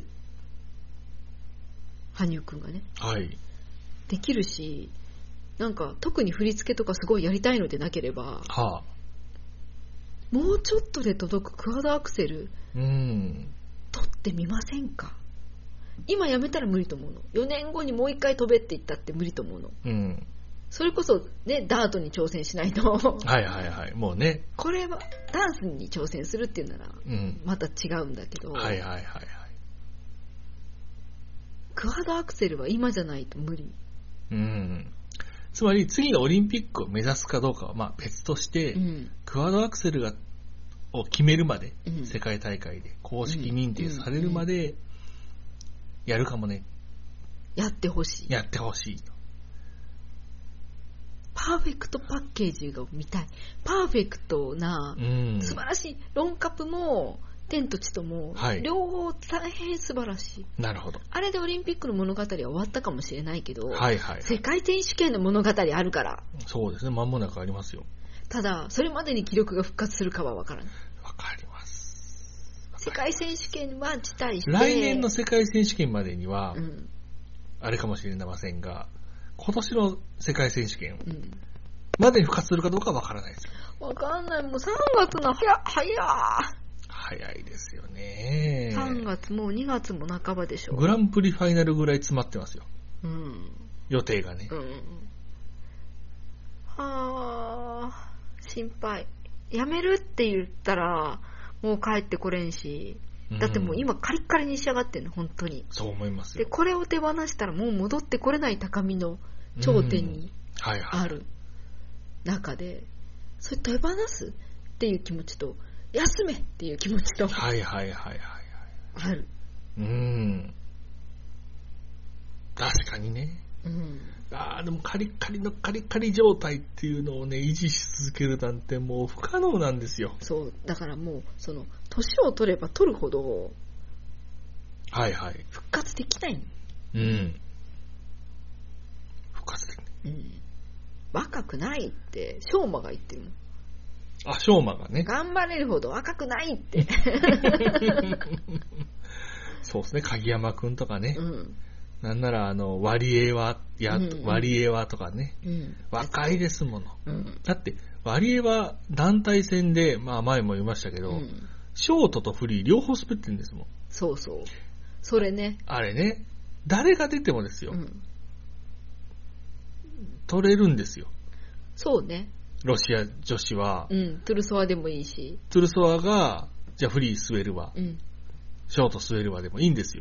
[SPEAKER 4] 羽生くんがね、できるし、なんか特に振り付けとかすごいやりたいのでなければ、もうちょっとで届くクワッドアクセル取ってみませんか。今やめたら無理と思うの。4年後にもう一回飛べって言ったって無理と思うの。それこそね、ダートに挑戦しないと
[SPEAKER 3] もうね、
[SPEAKER 4] これはダンスに挑戦するっていうならまた違うんだけど、クワッドアクセルは今じゃないと無理。
[SPEAKER 3] つまり次のオリンピックを目指すかどうかはまあ別として、クワッドアクセルを決めるまで、世界大会で公式認定されるまでやるかもね。
[SPEAKER 4] やってほしいと。パーフェクトパッケージが見たい。パーフェクトな、素晴らしい。ロンカップも天と地とも、両方大変素晴らしい。
[SPEAKER 3] なるほど。
[SPEAKER 4] あれでオリンピックの物語は終わったかもしれないけど、世界選手権の物語あるから。
[SPEAKER 3] そうですね、間もなくありますよ。
[SPEAKER 4] ただそれまでに記録が復活するかは分からない。
[SPEAKER 3] わかります。
[SPEAKER 4] 世界選手権は辞退して、
[SPEAKER 3] 来年の世界選手権までには、あれかもしれませんが、今年の世界選手権までに復活するかどうかは分からないですよ。
[SPEAKER 4] 分かんない。もう3月の
[SPEAKER 3] 早いですよね。
[SPEAKER 4] 3月もう2月も半ばでしょ。
[SPEAKER 3] グランプリファイナルぐらい詰まってますよ、予定がね。
[SPEAKER 4] 心配。やめるって言ったらもう帰ってこれんし、だってもう今カリッカリに仕上がってんの、本当に。
[SPEAKER 3] そう思いますよ。
[SPEAKER 4] でこれを手放したらもう戻ってこれない高みの頂点にある中で、それ手放すっていう気持ちと休めっていう気持ちとある。
[SPEAKER 3] 確かにね。でもカリカリ状態っていうのをね維持し続けるなんてもう不可能なんですよ。
[SPEAKER 4] そうだからもうその年を取れば取るほど復活できない。
[SPEAKER 3] 復活できない。
[SPEAKER 4] 若くないって翔馬が言ってるもん。
[SPEAKER 3] あ、翔馬がね。
[SPEAKER 4] 頑張れるほど若くないって。
[SPEAKER 3] そうですね、鍵山くんとかね。うん、なんならワリエワとかね、うん、若いですもの。うん、だってワリエワ団体戦で、まあ前も言いましたけど、うん、ショートとフリー両方滑ってるんですもん。
[SPEAKER 4] そうそう。それね。
[SPEAKER 3] あれね、誰が出てもですよ。うん、取れるんですよ。
[SPEAKER 4] そうね。
[SPEAKER 3] ロシア女子は、
[SPEAKER 4] うん、トゥルソワでもいいし、
[SPEAKER 3] トゥルソワがじゃあフリー滑るわ、うん、ショート滑るわでもいいんですよ。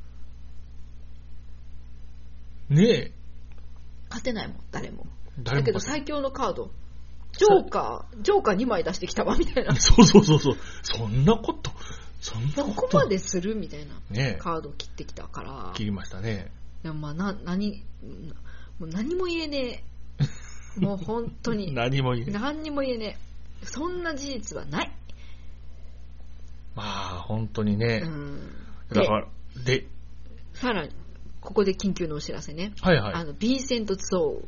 [SPEAKER 3] ねえ、
[SPEAKER 4] 勝てないもん誰も。だけど最強のカードジョーカー2枚出してきたわみたいな。
[SPEAKER 3] そうそんなこと
[SPEAKER 4] ここまでするみたいな、ね、カードを切ってきたから。
[SPEAKER 3] 切りましたね。
[SPEAKER 4] いや、まあもう何も言えねえ。もう本当に
[SPEAKER 3] 何も言
[SPEAKER 4] えねえ。そんな事実はない。
[SPEAKER 3] まあ本当にね、うん、だからで
[SPEAKER 4] さらにここで緊急のお知らせね。
[SPEAKER 3] はいはい。
[SPEAKER 4] ヴィンセント・ゾ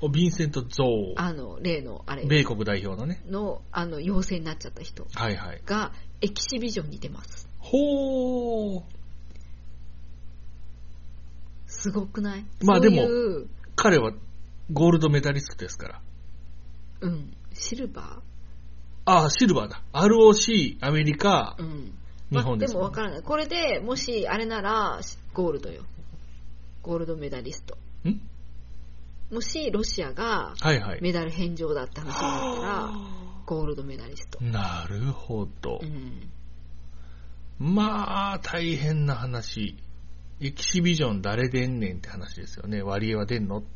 [SPEAKER 3] ー、
[SPEAKER 4] 例のあれ
[SPEAKER 3] 米国代表のね
[SPEAKER 4] 陽性になっちゃった人がエキシビジョンに出ます。
[SPEAKER 3] ほー、
[SPEAKER 4] すごくない？
[SPEAKER 3] まあでも彼はゴールドメダリストですから。
[SPEAKER 4] うん。シルバー？
[SPEAKER 3] ああ、シルバーだ。ROC、アメリカ、うん、日本です、ね。
[SPEAKER 4] でも分からない。これでもしあれならゴールドよ。ゴールドメダリスト。もしロシアがメダル返上だって話になったら、ゴールドメダリスト。
[SPEAKER 3] なるほど。うん、まあ大変な話。エキシビジョン誰出んねんって話ですよね。ワリエワ出んの？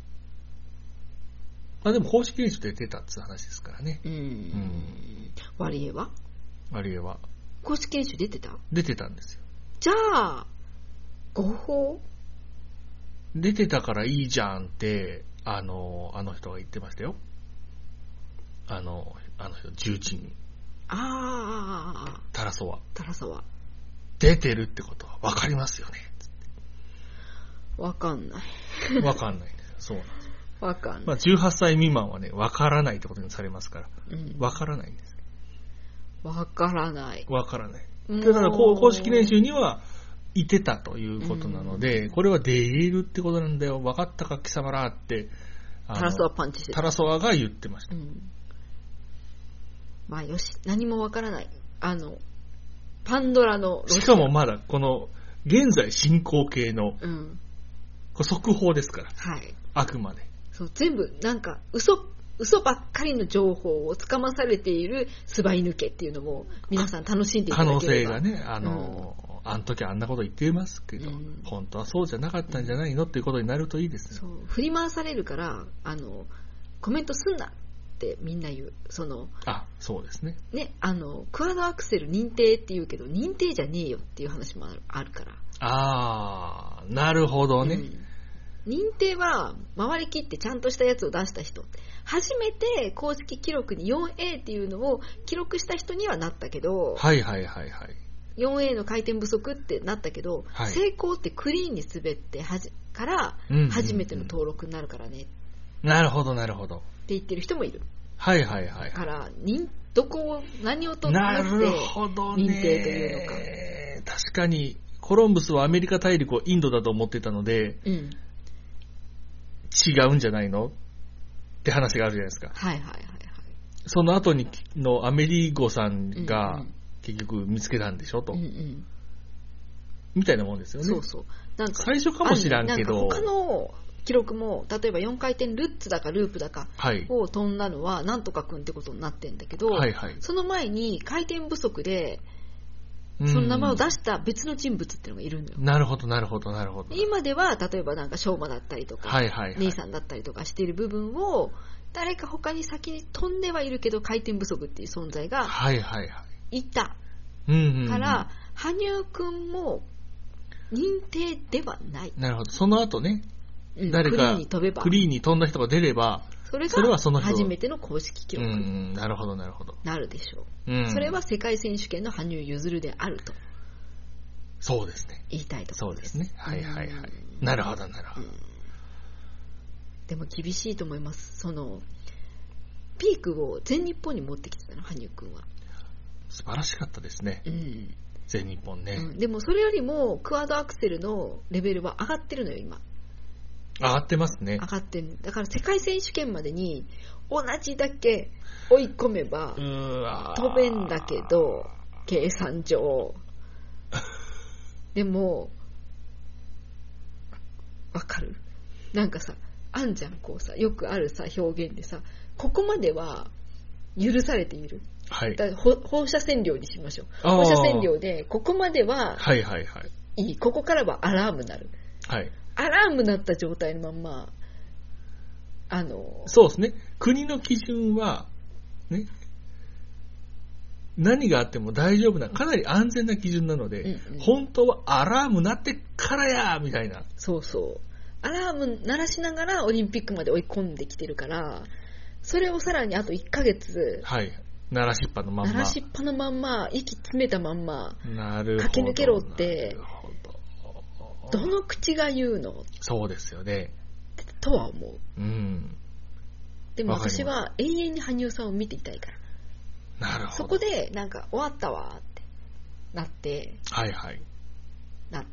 [SPEAKER 3] まあでも公式練習で出たって話ですからね。
[SPEAKER 4] ワリエワ公式練習出てた
[SPEAKER 3] んですよ。
[SPEAKER 4] じゃあ合法
[SPEAKER 3] 出てたからいいじゃんってあの人が言ってましたよ。あの人重鎮。タラソワ出てるってことは分かりますよね。
[SPEAKER 4] 分かんない。
[SPEAKER 3] 分かんないです。そうなんですよ。
[SPEAKER 4] わかんない。
[SPEAKER 3] まあ、18歳未満はね、わからないってことにされますから。わからないんです。
[SPEAKER 4] わからない。
[SPEAKER 3] だから公式練習にはいてたということなので、これは出るってことなんだよ。分かったか貴様らって。
[SPEAKER 4] タラソワパンチしてた。
[SPEAKER 3] タラソワが言ってました。
[SPEAKER 4] まあよし、何もわからない。パンドラのロシア。
[SPEAKER 3] しかもまだこの現在進行形の、速報ですから。はい。あくまで。
[SPEAKER 4] そう、全部なんか嘘ばっかりの情報をつかまされているスバイ抜けっていうのも皆さん楽しんでいただければ。
[SPEAKER 3] 可能性がね、あの時あんなこと言ってますけど、本当はそうじゃなかったんじゃないのっていうことになるといいですね。
[SPEAKER 4] そう、振り回されるからコメントすんなってみんな言う。
[SPEAKER 3] そうですね。
[SPEAKER 4] ね、クアドアクセル認定って言うけど認定じゃねえよっていう話もあるから。
[SPEAKER 3] なるほどね。
[SPEAKER 4] 認定は回りきってちゃんとしたやつを出した人、初めて公式記録に 4A っていうのを記録した人にはなったけど、4A の回転不足ってなったけど、成功ってクリーンに滑ってから初めての登録になるからね。
[SPEAKER 3] なるほどって
[SPEAKER 4] 言ってる人もいる。
[SPEAKER 3] だ
[SPEAKER 4] からどこを何を取って認定というのか。
[SPEAKER 3] 確かにコロンブスはアメリカ大陸をインドだと思ってたので、違うんじゃないのって話があるじゃないですか。その後のアメリゴさんが結局見つけたんでしょと、みたいなもんですよね。そうなんか最初かもしらんけど、
[SPEAKER 4] 他の記録も例えば4回転ルッツだかループだかを飛んだのはなんとかくんってことになってんだけど、その前に回転不足でその名前を出した別の人物っていうのがいるんだよ。
[SPEAKER 3] なるほど。
[SPEAKER 4] 今では例えばなんか翔馬だったりとか、姉さんだったりとかしている部分を誰か他に先に飛んではいるけど回転不足っていう存在がいた、から羽生くんも認定ではない。
[SPEAKER 3] なるほど。その後ね、誰かクリーンに飛んだ人が出れば
[SPEAKER 4] それが初めての公式記録になるでしょう。それは世界選手権の羽生結弦であると。
[SPEAKER 3] そうですね。
[SPEAKER 4] 言いたいところです。
[SPEAKER 3] そうですね。なるほど。
[SPEAKER 4] でも厳しいと思います。そのピークを全日本に持ってきてたの、羽生くんは。
[SPEAKER 3] 素晴らしかったですね、全日本ね、
[SPEAKER 4] でもそれよりもクワッドアクセルのレベルは上がってるのよ今。
[SPEAKER 3] 上がってますね。
[SPEAKER 4] 上がってる。だから世界選手権までに同じだけ追い込めば飛べんだけど、計算上でもわかる？なんかさ、あんじゃん、こうさ、よくあるさ表現でさ、ここまでは許されている、はい、だ放射線量にしましょう。放射線量でここまでは、はいはいはい、いい、ここからはアラームなる、はい、アラームなった状態のまんま
[SPEAKER 3] そうですね、国の基準はね、何があっても大丈夫な、かなり安全な基準なので、本当はアラーム鳴ってからやみたいな。
[SPEAKER 4] そうそう、アラーム鳴らしながらオリンピックまで追い込んできてるから、それをさらにあと1ヶ月、
[SPEAKER 3] はい、鳴らしっぱのまんま、
[SPEAKER 4] 鳴らしっぱのまんま、息詰めたまんま
[SPEAKER 3] 駆
[SPEAKER 4] け抜けろってどの口が言うの？
[SPEAKER 3] そうですよね
[SPEAKER 4] とは思う、でも私は永遠に羽生さんを見ていたいから、なるほど、そこでなんか終わったわってなって、はいはい、なって、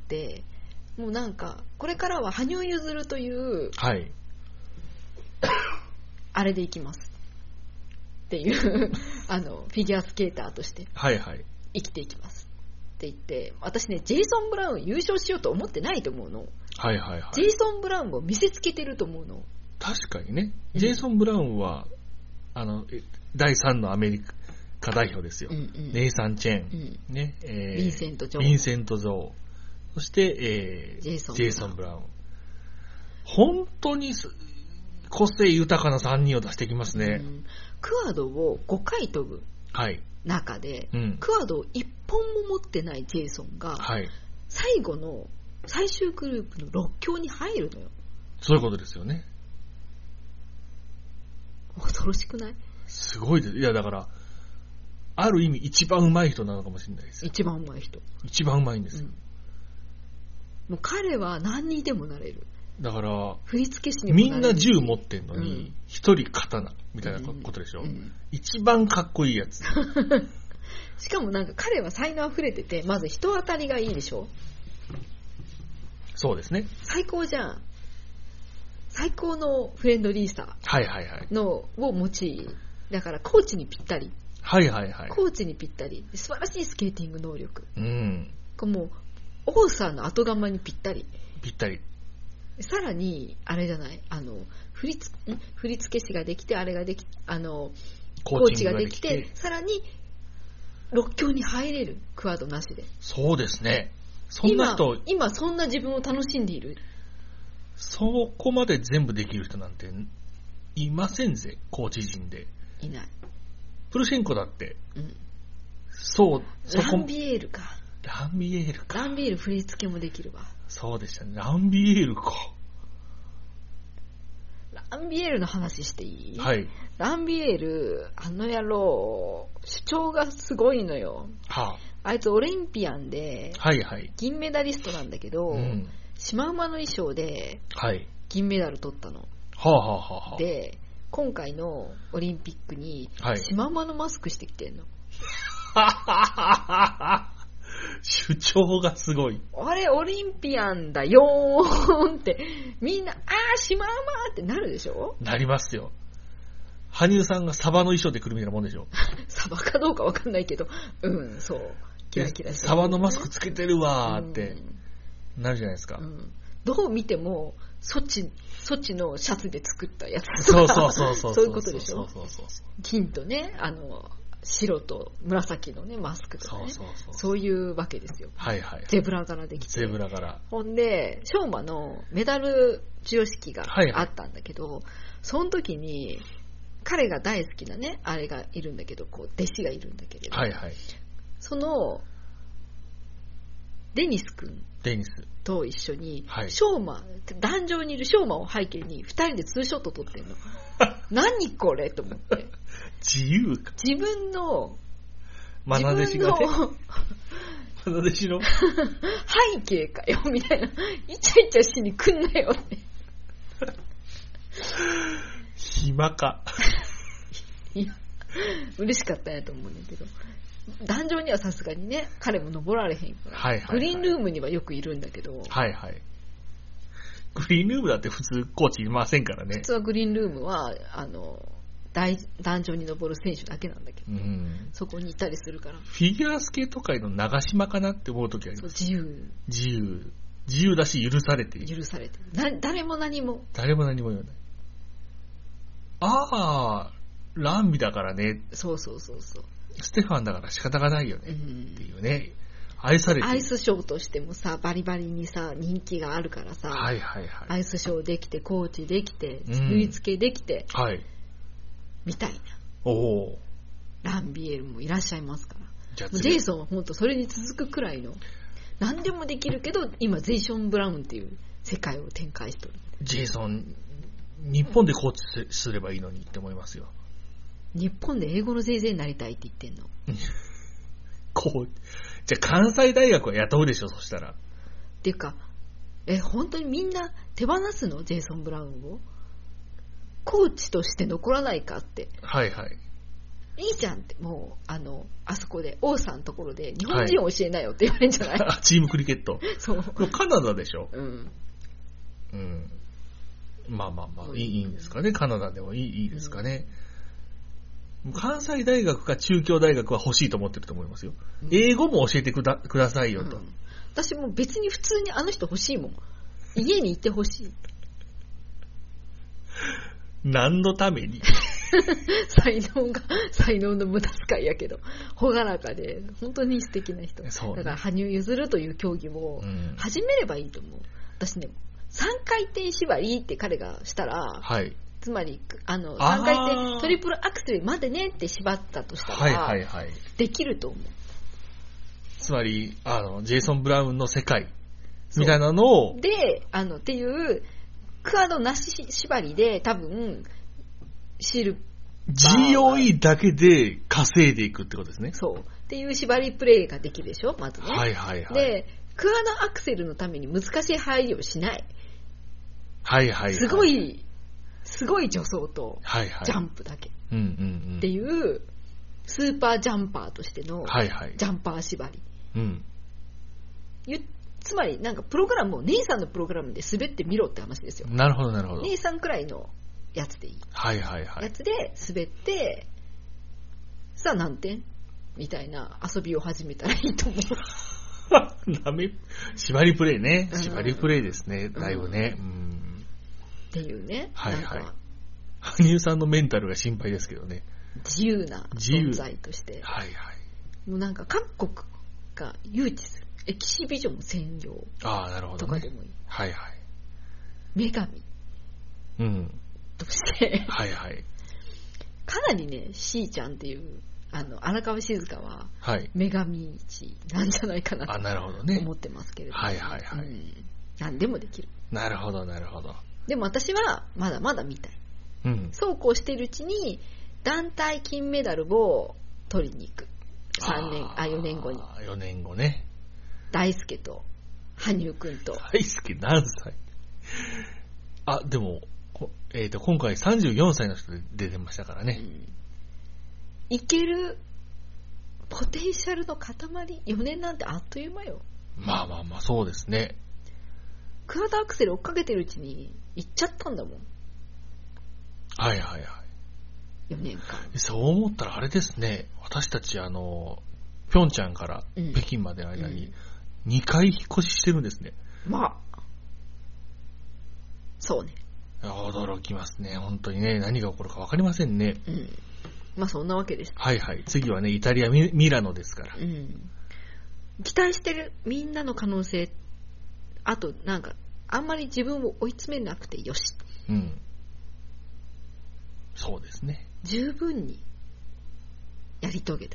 [SPEAKER 4] もうなんかこれからは羽生結弦という、はい、あれでいきますっていうフィギュアスケーターとして生きていきますって言って、私ね、ジェイソン・ブラウン優勝しようと思ってないと思うの、はいはいはい、ジェイソン・ブラウンを見せつけてると思うの。
[SPEAKER 3] 確かにね、ジェイソン・ブラウンは第3のアメリカ代表ですよ、ネイサン・チェン、ね、
[SPEAKER 4] ヴィンセント・ジョー、
[SPEAKER 3] ヴィンセント・ジョー、そして、ジェイソン・ブラウン、本当に個性豊かな3人を出してきますね、
[SPEAKER 4] クワードを5回飛ぶ中で、クワードを1本も持ってないジェイソンが、最後の最終グループの6強に入るのよ。
[SPEAKER 3] そういうことですよね。
[SPEAKER 4] 恐ろしくない？
[SPEAKER 3] すごいです。いやだからある意味一番上手い人なのかもしれないです。
[SPEAKER 4] 一番上手い人。
[SPEAKER 3] 一番上手いんですよ、
[SPEAKER 4] もう彼は何にでもなれる。
[SPEAKER 3] だから
[SPEAKER 4] 振付師にもなれる。
[SPEAKER 3] みんな銃持ってんのに一人刀みたいなことでしょ、一番かっこいいやつ
[SPEAKER 4] しかもなんか彼は才能あふれてて、まず人当たりがいいでしょ。
[SPEAKER 3] そうですね、
[SPEAKER 4] 最高じゃん。最高のフレンドリーさのを持ち、だからコーチにぴったり、はいはいはい、コーチにぴったり、素晴らしいスケーティング能力、もうオーサーの後釜にぴったり、
[SPEAKER 3] ぴったり。
[SPEAKER 4] さらにあれじゃない、振付師ができて、あれができ、コーチができて、さらに6強に入れる、クワードなしで。
[SPEAKER 3] そうですね。そんな人
[SPEAKER 4] 今そんな自分を楽しんでいる。
[SPEAKER 3] そこまで全部できる人なんていませんぜ、コーチ陣で。
[SPEAKER 4] いない。
[SPEAKER 3] プルシェンコだって、そう、
[SPEAKER 4] ランビエールか。
[SPEAKER 3] ランビエールか。
[SPEAKER 4] ランビエール振り付けもできるわ。
[SPEAKER 3] そうでしたね。ランビエールか。
[SPEAKER 4] ランビエールの話していい？
[SPEAKER 3] はい。
[SPEAKER 4] ランビエール、野郎、主張がすごいのよ。あいつオリンピアンで、銀メダリストなんだけど、シマウマの衣装で銀メダル取ったの。で、今回のオリンピックにシマウマのマスクしてきてんの。
[SPEAKER 3] 主張がすごい。
[SPEAKER 4] あれオリンピアンだよーってみんなシマウマってなるでしょ。
[SPEAKER 3] なりますよ。羽生さんがサバの衣装で来るみたいなもんでしょ。
[SPEAKER 4] サバかどうかわかんないけど、そうキラキラして、
[SPEAKER 3] サバのマスクつけてるわーってなるじゃないですか、
[SPEAKER 4] どう見てもソチのシャツで作ったやつ
[SPEAKER 3] と
[SPEAKER 4] か、そういうことでしょ。金とね、白と紫のねマスクとかね、そういうわけですよ。ゼブラ柄できて、
[SPEAKER 3] ゼブラ柄。
[SPEAKER 4] ほんでショーマのメダル授与式があったんだけど、その時に彼が大好きなねあれがいるんだけど、こう弟子がいるんだけれど、そのデニス君と一緒に、ショーマ、壇上にいるショーマを背景に2人でツーショット撮ってんの。何これと思って。
[SPEAKER 3] 自由か。
[SPEAKER 4] 自分の
[SPEAKER 3] 愛弟子がね、愛弟子の
[SPEAKER 4] 背景かよみたいな、イチャイチャしに来んなよって。
[SPEAKER 3] 暇か。
[SPEAKER 4] いや、嬉しかったんやと思うんだけど、壇上にはさすがにね、彼も登られへんから、
[SPEAKER 3] はいはいはい、
[SPEAKER 4] グリーンルームにはよくいるんだけど、
[SPEAKER 3] はいはい。グリーンルームだって普通コーチいませんからね。
[SPEAKER 4] 普通はグリーンルームは壇上に登る選手だけなんだけど、そこにいたりするから。
[SPEAKER 3] フィギュアスケート界の長島かなって思うときあります。
[SPEAKER 4] 自
[SPEAKER 3] 由だし許されている。
[SPEAKER 4] 許されてる。誰も何も
[SPEAKER 3] 言わない。ああ、ランビだからね。
[SPEAKER 4] そう。
[SPEAKER 3] ステファンだから仕方がないよね。っていうね。愛されてる。
[SPEAKER 4] アイスショーとしてもさ、バリバリにさ、人気があるからさ、
[SPEAKER 3] はいはいはい。
[SPEAKER 4] アイスショーできて、コーチできて、縫い付けできて、
[SPEAKER 3] はい。
[SPEAKER 4] みたいな。
[SPEAKER 3] おー。
[SPEAKER 4] ランビエルもいらっしゃいますから。ジェイソンは本当それに続くくらいの、何でもできるけど、今、ゼイション・ブラウンっていう世界を展開してる。
[SPEAKER 3] ジェイソン、日本でコーチすればいいのにって思いますよ。
[SPEAKER 4] 日本で英語の先生になりたいって言ってんの。
[SPEAKER 3] じゃあ関西大学は雇うでしょ、そしたら。
[SPEAKER 4] っていうか、本当にみんな手放すの？ジェイソン・ブラウンを。コーチとして残らないかって。
[SPEAKER 3] はいはい。
[SPEAKER 4] いいじゃんって、もう、あそこで、王さんのところで、日本人を教えなよって言われるんじゃない、
[SPEAKER 3] はい、チームクリケット。
[SPEAKER 4] そう。
[SPEAKER 3] カナダでしょ。
[SPEAKER 4] うん。
[SPEAKER 3] まあ、いいんですかね。カナダでもいいですかね。関西大学か中京大学は欲しいと思ってると思いますよ。英語も教えてくださいよと。
[SPEAKER 4] 私も別に普通にあの人欲しいもん。家にいて欲しい。
[SPEAKER 3] 何のために
[SPEAKER 4] 才能の無駄遣いやけど、朗らかで本当に素敵な人。
[SPEAKER 3] そうね、
[SPEAKER 4] だから羽生結弦という競技も始めればいいと思う。私ね、3回転縛りって彼がしたら、
[SPEAKER 3] はい、
[SPEAKER 4] つまり3回転トリプルアクセルまでねって縛ったとしたら、できると思う。
[SPEAKER 3] つまりジェイソン・ブラウンの世界みたいなのを
[SPEAKER 4] でっていうクアードなし縛りで多分
[SPEAKER 3] GOE だけで稼いでいくってことですね。
[SPEAKER 4] そうっていう縛りプレイができるでしょ、まずね。
[SPEAKER 3] はいはいはい。
[SPEAKER 4] でクアードアクセルのために難しい入りをしない。
[SPEAKER 3] はいはいはい。
[SPEAKER 4] すごい助走とジャンプだけ、っていうスーパージャンパーとしてのジャンパー縛り、つまりなんかプログラムを姉さんのプログラムで滑ってみろって話ですよ。
[SPEAKER 3] なるほどなるほど。
[SPEAKER 4] 姉さんくらいのやつでいい、やつで滑ってさあ何点みたいな遊びを始めたらいいと思う。
[SPEAKER 3] 縛りプレイね、縛りプレイですね、だいぶね、
[SPEAKER 4] っていうね。
[SPEAKER 3] はいはい。羽生さんのメンタルが心配ですけどね。
[SPEAKER 4] 自由な存在として。
[SPEAKER 3] はいはい。
[SPEAKER 4] もうなんか各国が誘致する。エキシビジョン専用とかでもいい。
[SPEAKER 3] はいはい。
[SPEAKER 4] 女神。として。
[SPEAKER 3] はいはい。
[SPEAKER 4] かなりね、しーちゃんっていう、荒川静香は、女神一なんじゃないかなと思ってますけれども。
[SPEAKER 3] はいはいはい。
[SPEAKER 4] 何でもできる。
[SPEAKER 3] なるほどなるほど。
[SPEAKER 4] でも私はまだまだ見たい。そうこうしているうちに団体金メダルを取りに行く。4年後に。
[SPEAKER 3] 4年後ね。
[SPEAKER 4] 大輔と羽生くんと。
[SPEAKER 3] 大輔何歳？でも今回34歳の人で出てましたからね。
[SPEAKER 4] いけるポテンシャルの塊。4年なんてあっという間よ。
[SPEAKER 3] まあそうですね。
[SPEAKER 4] クアードアクセル追っかけてるうちに行っちゃったんだもん。
[SPEAKER 3] はいはいはい。
[SPEAKER 4] 4年間。
[SPEAKER 3] そう思ったらあれですね。私たちピョンチャンから北京までの間に2回引っ越ししてるんですね。
[SPEAKER 4] そうね。
[SPEAKER 3] 驚きますね。本当にね、何が起こるか分かりませんね。
[SPEAKER 4] そんなわけです。
[SPEAKER 3] はいはい。次はね、イタリアミラノですから。
[SPEAKER 4] 期待してるみんなの可能性。あとなんかあんまり自分を追い詰めなくてよし。
[SPEAKER 3] そうですね。
[SPEAKER 4] 十分にやり遂げた。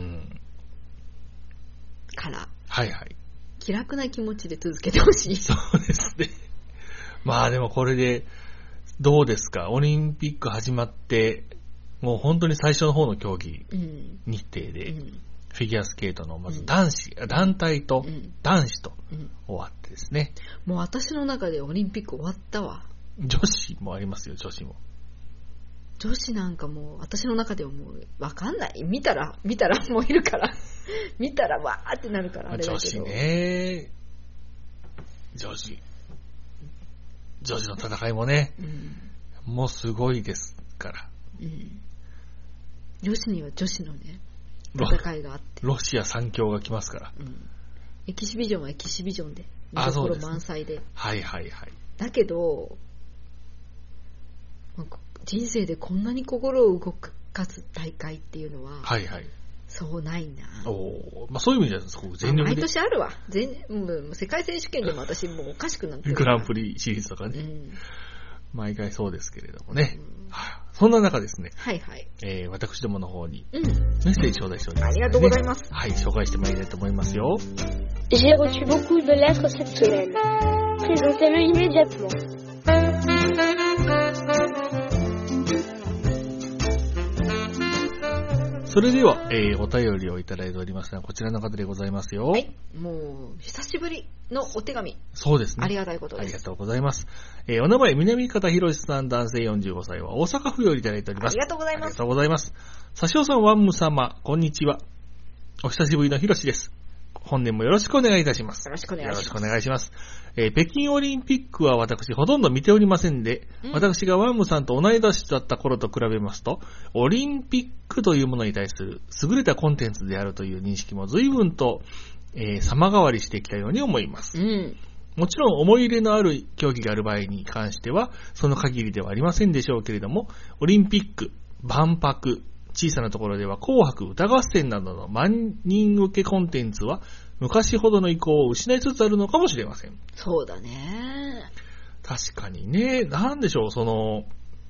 [SPEAKER 4] から気楽な気持ちで続けてほしい。
[SPEAKER 3] そうですね。でもこれでどうですか。オリンピック始まってもう本当に最初の方の競技日程で、フィギュアスケートのまず団体と男子と終わってですね。
[SPEAKER 4] もう私の中でオリンピック終わったわ。
[SPEAKER 3] 女子もありますよ、女子も。
[SPEAKER 4] 女子なんかもう私の中ではもう分かんない。見たらもういるから見たらわーってなるからあれだけど。
[SPEAKER 3] 女子ね、女子の戦いもね、もうすごいですから、
[SPEAKER 4] 女子には女子のね戦いがあって、
[SPEAKER 3] ロシア3強が来ますから、
[SPEAKER 4] エキシビジョンはエキシビジョンで見どころ満載で、
[SPEAKER 3] はいはいはい。
[SPEAKER 4] だけど人生でこんなに心を動かす大会っていうのは、はいはい、そうないな。
[SPEAKER 3] まあ、そういう意味では全力で、
[SPEAKER 4] 毎年あるわ。もう世界選手権でも私もうおかしくなってる。
[SPEAKER 3] グランプリシリーズとかね、毎回そうですけれどもね、そんな中ですね、
[SPEAKER 4] はいはい、
[SPEAKER 3] 私どもの方にメッセージ頂戴しております、
[SPEAKER 4] ありがとうございます。
[SPEAKER 3] はい、紹介してまいりたいと思いますよ。
[SPEAKER 1] J'ai reçu beaucoup de lettres cette semaine. Présentez-le immédiatement.
[SPEAKER 3] それでは、お便りをいただいておりますが、こちらの方でございますよ。
[SPEAKER 4] はい、もう久しぶりのお手紙。
[SPEAKER 3] そうですね。
[SPEAKER 4] ありがたいことです。
[SPEAKER 3] ありがとうございます。お名前、南方博さん、男性45歳は大阪府よりいただいております。
[SPEAKER 4] ありがとうございます。
[SPEAKER 3] ありがとうございます。佐塩さん、ワンム様、こんにちは。お久しぶりの博です。本年もよろしくお願いいたします。
[SPEAKER 4] よろしくお願いします。
[SPEAKER 3] よろしくお願いします。北京オリンピックは私ほとんど見ておりませんで、私がワンムさんと同い年だった頃と比べますと、オリンピックというものに対する優れたコンテンツであるという認識も随分と、様変わりしてきたように思います。もちろん思い入れのある競技がある場合に関しては、その限りではありませんでしょうけれども、オリンピック、万博、小さなところでは紅白歌合戦などの万人受けコンテンツは昔ほどの意向を失いつつあるのかもしれません。
[SPEAKER 4] そうだね。
[SPEAKER 3] 確かにね、なんでしょう、その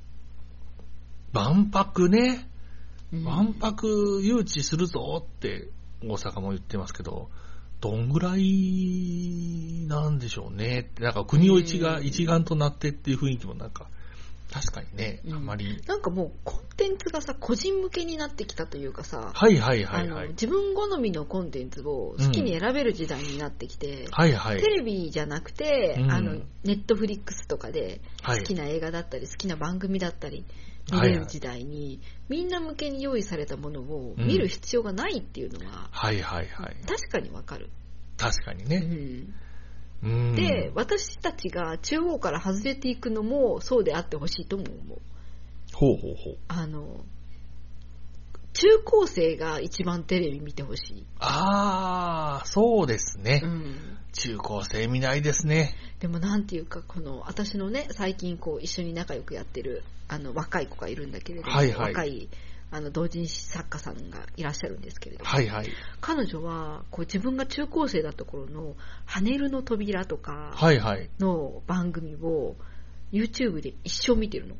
[SPEAKER 3] 万博ね、万博誘致するぞって大阪も言ってますけど、どんぐらいなんでしょうね。なんか国を一丸となってっていう雰囲気もなんか確かにね、あまり
[SPEAKER 4] なんかもうコンテンツがさ、個人向けになってきたというかさ、
[SPEAKER 3] はいはいはいはい、
[SPEAKER 4] 自分好みのコンテンツを好きに選べる時代になってきて、
[SPEAKER 3] はいはい、
[SPEAKER 4] テレビじゃなくて、ネットフリックスとかで好きな映画だったり、好きな番組だったり見れる時代に、みんな向けに用意されたものを見る必要がないっていうのは、
[SPEAKER 3] はいはいはい、
[SPEAKER 4] 確かにわかる。
[SPEAKER 3] 確かにね。
[SPEAKER 4] で、私たちが中央から外れていくのもそうであってほしいとも思う。
[SPEAKER 3] ほうほうほう。
[SPEAKER 4] 中高生が一番テレビ見てほしい。
[SPEAKER 3] ああ、そうですね、中高生見ないですね。
[SPEAKER 4] でもなんていうか、この私のね、最近こう一緒に仲良くやってる若い子がいるんだけれども、はいはい、若い同人誌作家さんがいらっしゃるんですけれども、はいはい、彼女はこう自分が中高生だった頃のハネルの扉とかの番組を YouTube で一生見てるの。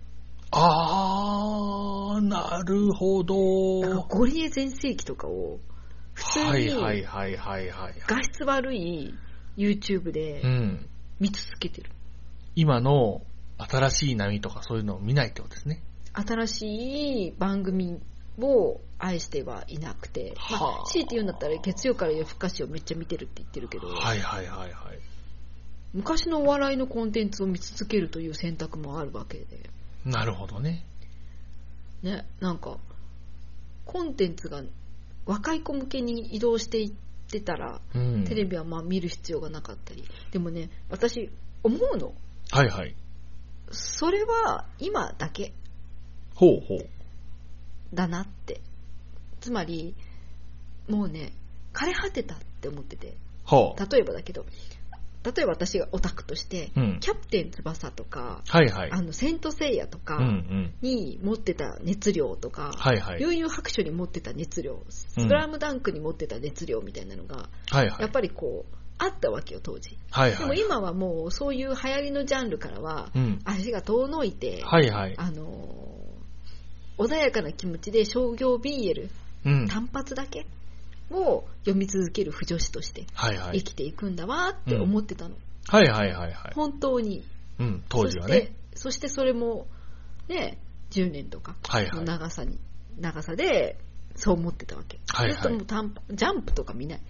[SPEAKER 3] あー、なるほど。
[SPEAKER 4] ゴリエ全盛期とかを普通に画質悪い YouTube で見続けてる、
[SPEAKER 3] 今の新しい波とかそういうのを見ないってことですね。
[SPEAKER 4] 新しい番組を愛してはいなくて、強いて言うんだったら月曜から夜更かしをめっちゃ見てるって言ってるけど、はいはいはいはい、昔のお笑いのコンテンツを見続けるという選択もあるわけで。
[SPEAKER 3] なるほどね。
[SPEAKER 4] ね、なんかコンテンツが若い子向けに移動していってたら、テレビはまあ見る必要がなかったり。でもね、私思うの。はいはい。それは今だけ。
[SPEAKER 3] ほうほう。
[SPEAKER 4] だなって。つまりもうね、枯れ果てたって思ってて。例えばだけど、例えば私がオタクとして、キャプテン翼とか、はいはい、セントセイヤとかに持ってた熱量とか、悠々白書に持ってた熱量、スラムダンクに持ってた熱量みたいなのが、やっぱりこうあったわけよ当時、はいはい、でも今はもうそういう流行りのジャンルからは、足が遠のいて、はいはい、穏やかな気持ちで商業 BL、単発だけを読み続ける腐女子として生きていくんだわって思ってたの、はいはいはいはい、本当に、
[SPEAKER 3] 当時はね。
[SPEAKER 4] そしてそれもね、10年とかの長さでそう思ってたわけ、はいはい、ずっともうジャンプとか見ない、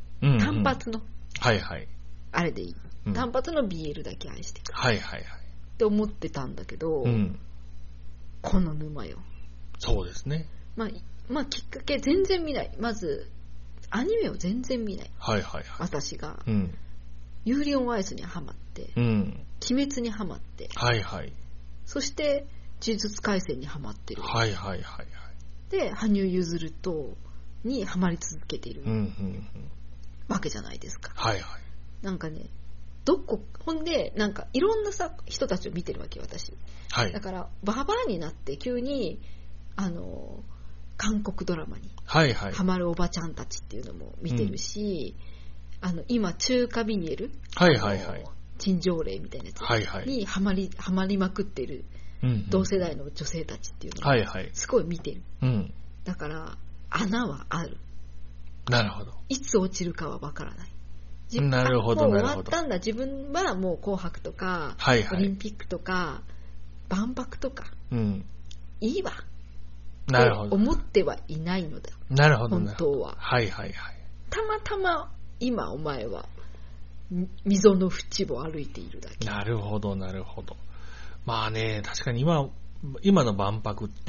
[SPEAKER 4] 単発の、はいはい、あれでいい、単発の BL だけ愛してる、はいはいはい、 って思ってたんだけど、この沼よ。
[SPEAKER 3] そうですね。
[SPEAKER 4] まあきっかけ全然見ない。まずアニメを全然見ない。
[SPEAKER 3] はいはいはい。
[SPEAKER 4] 私が、ユーリオンアイスにハマって、鬼滅にハマって、
[SPEAKER 3] はいはい。
[SPEAKER 4] そして呪術廻戦にハマってる。
[SPEAKER 3] はいはいはいはい。
[SPEAKER 4] で羽生結弦にハマり続けている、わけじゃないですか。
[SPEAKER 3] はいはい。
[SPEAKER 4] なんかね、ほんでなんかいろんなさ人たちを見てるわけ私。はい。だからババアになって急に韓国ドラマにハマるおばちゃんたちっていうのも見てるし、今中華ビニエル、陳情令みたいなやつにハマりまくってる同世代の女性たちっていうのをすごい見てる。だから穴はある。
[SPEAKER 3] なるほど。
[SPEAKER 4] いつ落ちるかはわからない。
[SPEAKER 3] なるほど。
[SPEAKER 4] もう終わったんだ。自分はもう紅白とか、オリンピックとか万博とか、いいわ。
[SPEAKER 3] なるほど。
[SPEAKER 4] 思ってはいないのだ。
[SPEAKER 3] なるほど。
[SPEAKER 4] 本当は。
[SPEAKER 3] はいはいはい。
[SPEAKER 4] たまたま今お前は溝の縁を歩いているだけ。
[SPEAKER 3] なるほどなるほど。まあね、確かに今の万博って、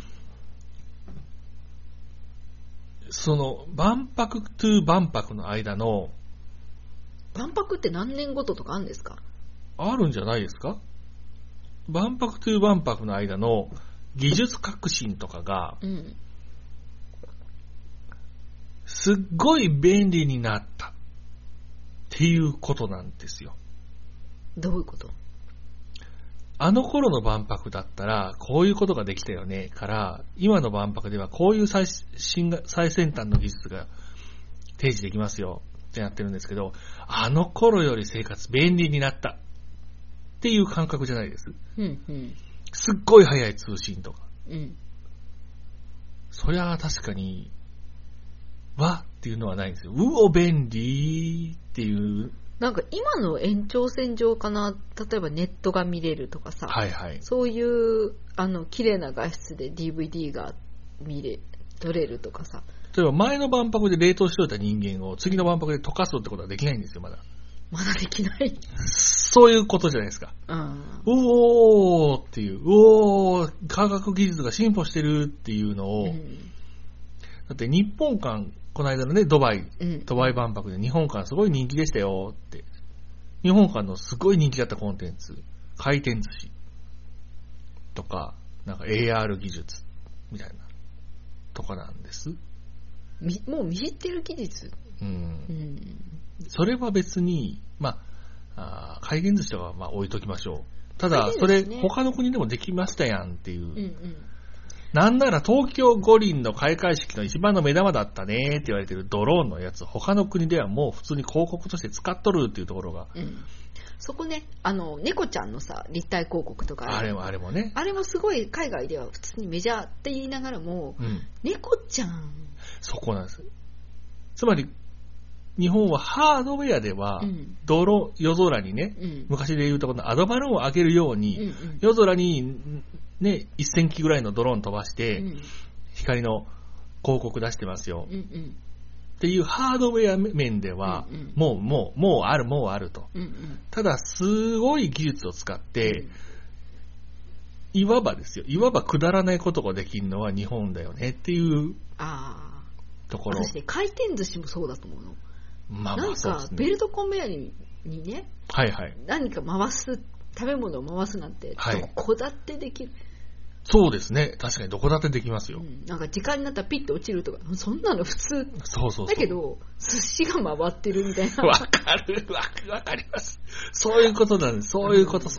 [SPEAKER 3] その万博と万博の間の
[SPEAKER 4] 万博って何年ごととかあるんですか？
[SPEAKER 3] あるんじゃないですか？万博と万博の間の技術革新とかが、すっごい便利になったっていうことなんですよ。
[SPEAKER 4] どういうこと？
[SPEAKER 3] あの頃の万博だったらこういうことができたよねから今の万博ではこういう最先端の技術が提示できますよってなってるんですけど、あの頃より生活便利になったっていう感覚じゃないです。すっごい速い通信とか、そりゃ確かにわっていうのはないんですよ。うお便利っていう。
[SPEAKER 4] なんか今の延長線上かな。例えばネットが見れるとかさ、そういう綺麗な画質で DVD が撮れるとかさ。
[SPEAKER 3] 例えば前の万博で冷凍しておいた人間を次の万博で溶かすってことはできないんですよ。まだ
[SPEAKER 4] できない。
[SPEAKER 3] そういうことじゃないですか。おーっていう、おー科学技術が進歩してるっていうのを、だって日本館この間のねドバイ万博で日本館すごい人気でしたよって、日本館のすごい人気だったコンテンツ、回転寿司とかなんか AR 技術みたいなとかなんです。
[SPEAKER 4] もう見知ってる技術。
[SPEAKER 3] それは別に回転寿司は置いときましょう。ただそれ他の国でもできましたやんっていう。なんなら東京五輪の開会式の一番の目玉だったねって言われてるドローンのやつ、他の国ではもう普通に広告として使っとるっていうところが、
[SPEAKER 4] そこね、猫ちゃんのさ立体広告とか
[SPEAKER 3] あれもね、
[SPEAKER 4] あれもすごい海外では普通にメジャーって言いながらも、猫ちゃん、
[SPEAKER 3] そこなんです。つまり日本はハードウェアでは夜空にね、昔で言うとこのアドバルーンを上げるように、夜空にね、1000機ぐらいのドローン飛ばして、光の広告出してますよ、っていうハードウェア面では、もうあると、ただすごい技術を使って、いわばくだらないことができるのは日本だよねっていうところ。
[SPEAKER 4] 私ね、回転寿司もそうだと思うの。なんかベルトコンベヤーにね、何か回す、食べ物を回すなんてどこだってできる。
[SPEAKER 3] そうですね、確かにどこだってできますよ。
[SPEAKER 4] なんか時間になったらピッと落ちるとか、そんなの普通。
[SPEAKER 3] そう
[SPEAKER 4] だけど寿司が回ってるみたいな。
[SPEAKER 3] わかります。そういうことなんです。そういうこと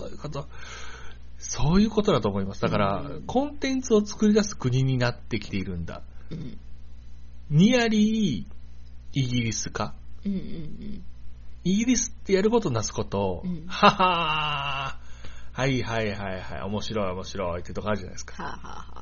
[SPEAKER 3] だと思います。だから、コンテンツを作り出す国になってきているんだ。ニアリーイギリスか。イギリスってやることなすこと、はい面白いってとこあるじゃないですか。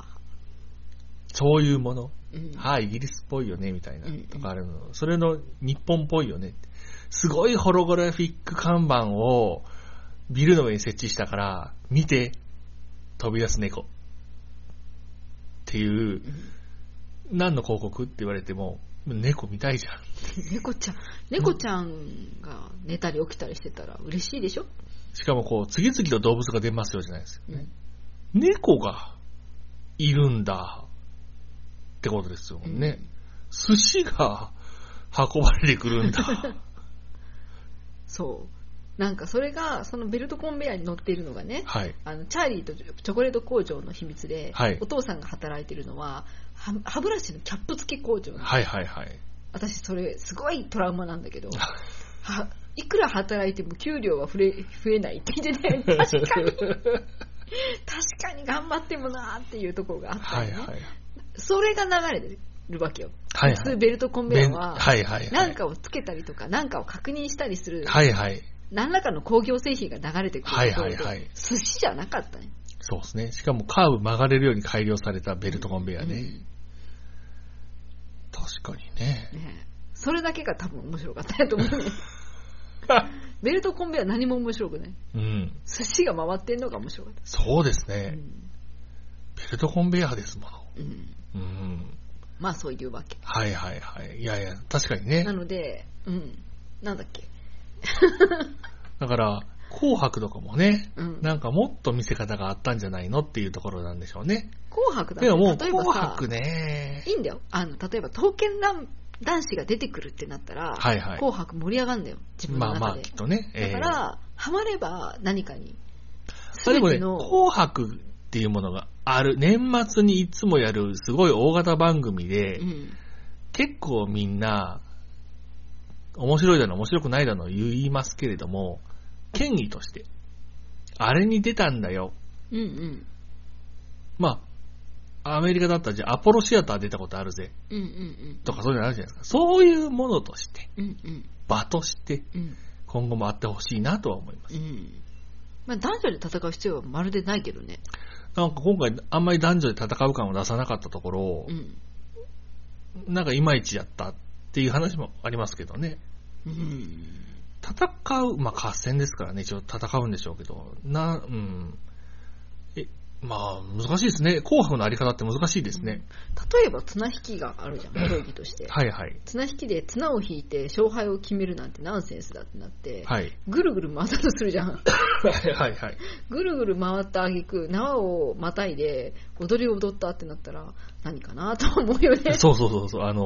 [SPEAKER 3] そういうもの、イギリスっぽいよねみたいなとかあるの、それの日本っぽいよね。すごいホログラフィック看板をビルの上に設置したから見て飛び出す猫っていう、何の広告って言われても猫見たいじゃん。
[SPEAKER 4] 猫ちゃんが寝たり起きたりしてたら嬉しいでしょ。
[SPEAKER 3] しかもこう、次々と動物が出ますよじゃないですよね。猫がいるんだってことですよね。寿司が運ばれてくるんだ。
[SPEAKER 4] そう。なんかそれが、そのベルトコンベヤーに乗っているのがね、
[SPEAKER 3] はい、
[SPEAKER 4] チャーリーとチョコレート工場の秘密で、
[SPEAKER 3] はい、
[SPEAKER 4] お父さんが働いてるのは、歯ブラシのキャップ付け工場なんです。
[SPEAKER 3] はいはいはい。
[SPEAKER 4] 私それすごいトラウマなんだけど、いくら働いても給料は増えないって言ってね、確かに頑張ってもなーっていうところがあったりね、はいはい、それが流れてるわけよ、はいはい、普通ベルトコンベヤーは何かをつけたりとか何かを確認したりする、はいはい、何らかの工業製品が流れてくるところで、はいはいはい、寿司じゃなかったね。
[SPEAKER 3] そうですね。しかもカーブ曲がれるように改良されたベルトコンベヤーね、確かに ね
[SPEAKER 4] それだけが多分面白かったと思うねベルトコンベヤー何も面白くない、寿司が回ってんのが面白かった。
[SPEAKER 3] そうですね、ベルトコンベヤーですもの、
[SPEAKER 4] まあそういうわけ。
[SPEAKER 3] はいはいはい。いやいや確かにね。
[SPEAKER 4] なのでなんだっけ
[SPEAKER 3] だから紅白とかもね、なんかもっと見せ方があったんじゃないのっていうところなんでしょうね。
[SPEAKER 4] 紅白だって
[SPEAKER 3] でももう紅白ね、
[SPEAKER 4] いいんだよ。例えば刀剣男子が出てくるってなったら、はいはい、紅白盛り上がるんだよ、自分の中で。まあまあきっとね、だからハマれば何かに
[SPEAKER 3] でもね、紅白っていうものがある、年末にいつもやるすごい大型番組で、結構みんな面白いだの面白くないだの言いますけれども、権威としてあれに出たんだよ、まあアメリカだったらじゃあアポロシアター出たことあるぜ、とかそういうのあるじゃないですか。そういうものとして、場として、今後もあってほしいなとは思います、
[SPEAKER 4] まあ、男女で戦う必要はまるでないけどね。
[SPEAKER 3] なんか今回あんまり男女で戦う感を出さなかったところ、なんかいまいちやったっていう話もありますけどね、戦う、まあ合戦ですからね、一応戦うんでしょうけど、まあ難しいですね。紅白のあり方って難しいですね。
[SPEAKER 4] 例えば綱引きがあるじゃん、競技として。
[SPEAKER 3] はいはい。
[SPEAKER 4] 綱引きで綱を引いて勝敗を決めるなんてナンセンスだってなって、
[SPEAKER 3] はい、
[SPEAKER 4] ぐるぐる回ったとするじゃん。
[SPEAKER 3] はいはいはい。
[SPEAKER 4] ぐるぐる回った挙句縄をまたいで踊りを踊ったってなったら何かなと思うよね。
[SPEAKER 3] そう、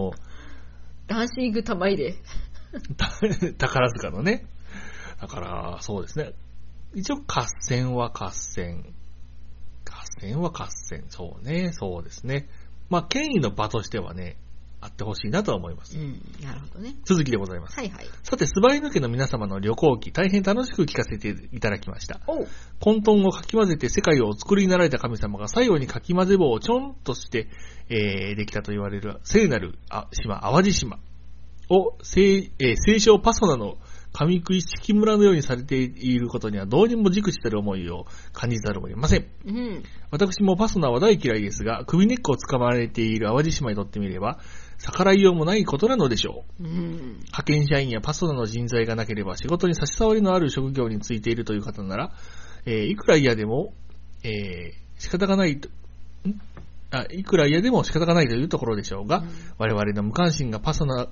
[SPEAKER 4] ダンシング玉入れ。
[SPEAKER 3] 宝塚のね。だからそうですね。一応合戦は合戦。そうね、そうですね。まあ権威の場としてはね、あってほしいなとは思います。
[SPEAKER 4] なるほどね。
[SPEAKER 3] 続きでございます。
[SPEAKER 4] はいはい。
[SPEAKER 3] さて、スバイヌ家の皆様の旅行記、大変楽しく聞かせていただきました。混沌をかき混ぜて世界をお作りになられた神様が最後にかき混ぜ棒をちょんとして、できたと言われる聖なる島、淡路島を清少パソナの上食い式村のようにされていることにはどうにも軸したる思いを感じざるを得ません、私もパソナは大嫌いですが、首根っこを掴まれている淡路島にとってみれば逆らいようもないことなのでしょう、派遣社員やパソナの人材がなければ仕事に差し障りのある職業に就いているという方なら、いくら嫌でも、仕方がないといくら嫌でも仕方がないというところでしょうが、我々の無関心がパソナ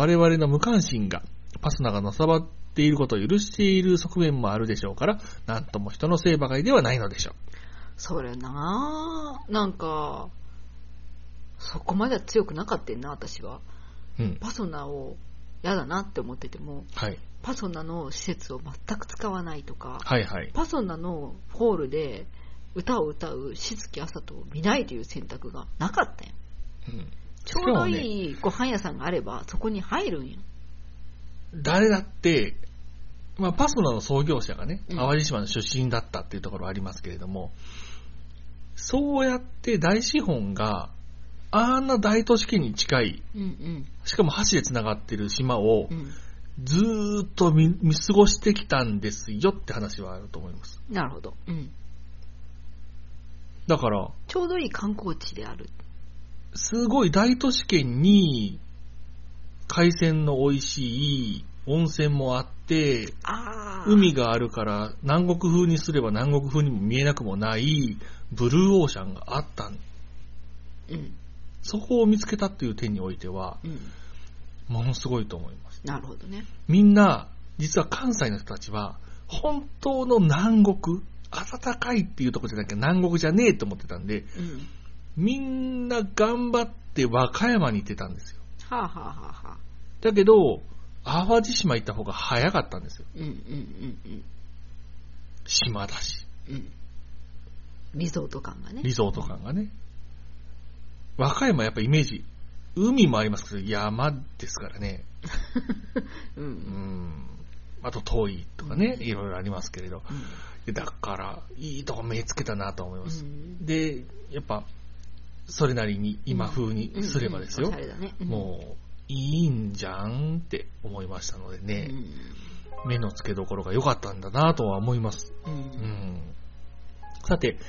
[SPEAKER 3] がのさばっていることを許している側面もあるでしょうから、なんとも人のせいばかりではないのでしょう。
[SPEAKER 4] それなぁ、なんかそこまでは強くなかったんな、私は、パソナを嫌だなって思ってても、パソナの施設を全く使わないとか、パソナのホールで歌を歌う静木あさとを見ないという選択がなかったよ、ちょうどいいご飯屋さんがあればそこに入るんよ。
[SPEAKER 3] 誰だって、まあ、パソナの創業者がね、淡路島の出身だったっていうところはありますけれども、そうやって大資本があんな大都市圏に近い、しかも橋でつながってる島を、ずーっと 見過ごしてきたんですよって話はあると思います。
[SPEAKER 4] なるほど、
[SPEAKER 3] だから
[SPEAKER 4] ちょうどいい観光地である。
[SPEAKER 3] すごい大都市圏に海鮮の美味しい温泉もあって、海があるから南国風にすれば南国風にも見えなくもないブルーオーシャンがあったそこを見つけたっていう点においては、ものすごいと思います。
[SPEAKER 4] なるほどね。
[SPEAKER 3] みんな実は関西の人たちは本当の南国、暖かいっていうとこじゃなきゃ南国じゃねえと思ってたんで、みんな頑張って和歌山に行ってたんですよ。
[SPEAKER 4] はあはあはあはあ。
[SPEAKER 3] だけど、淡路島行った方が早かったんですよ。島だし。
[SPEAKER 4] リゾート感がね。
[SPEAKER 3] リゾート感がね。和歌山やっぱイメージ、海もありますけど山ですからね。あと遠いとかね、いろいろありますけれど。だからいいとこ目つけたなと思います。で、やっぱそれなりに今風にすればですよ。もういいんじゃんって思いましたのでね。目の付けどころが良かったんだなとは思います。さて、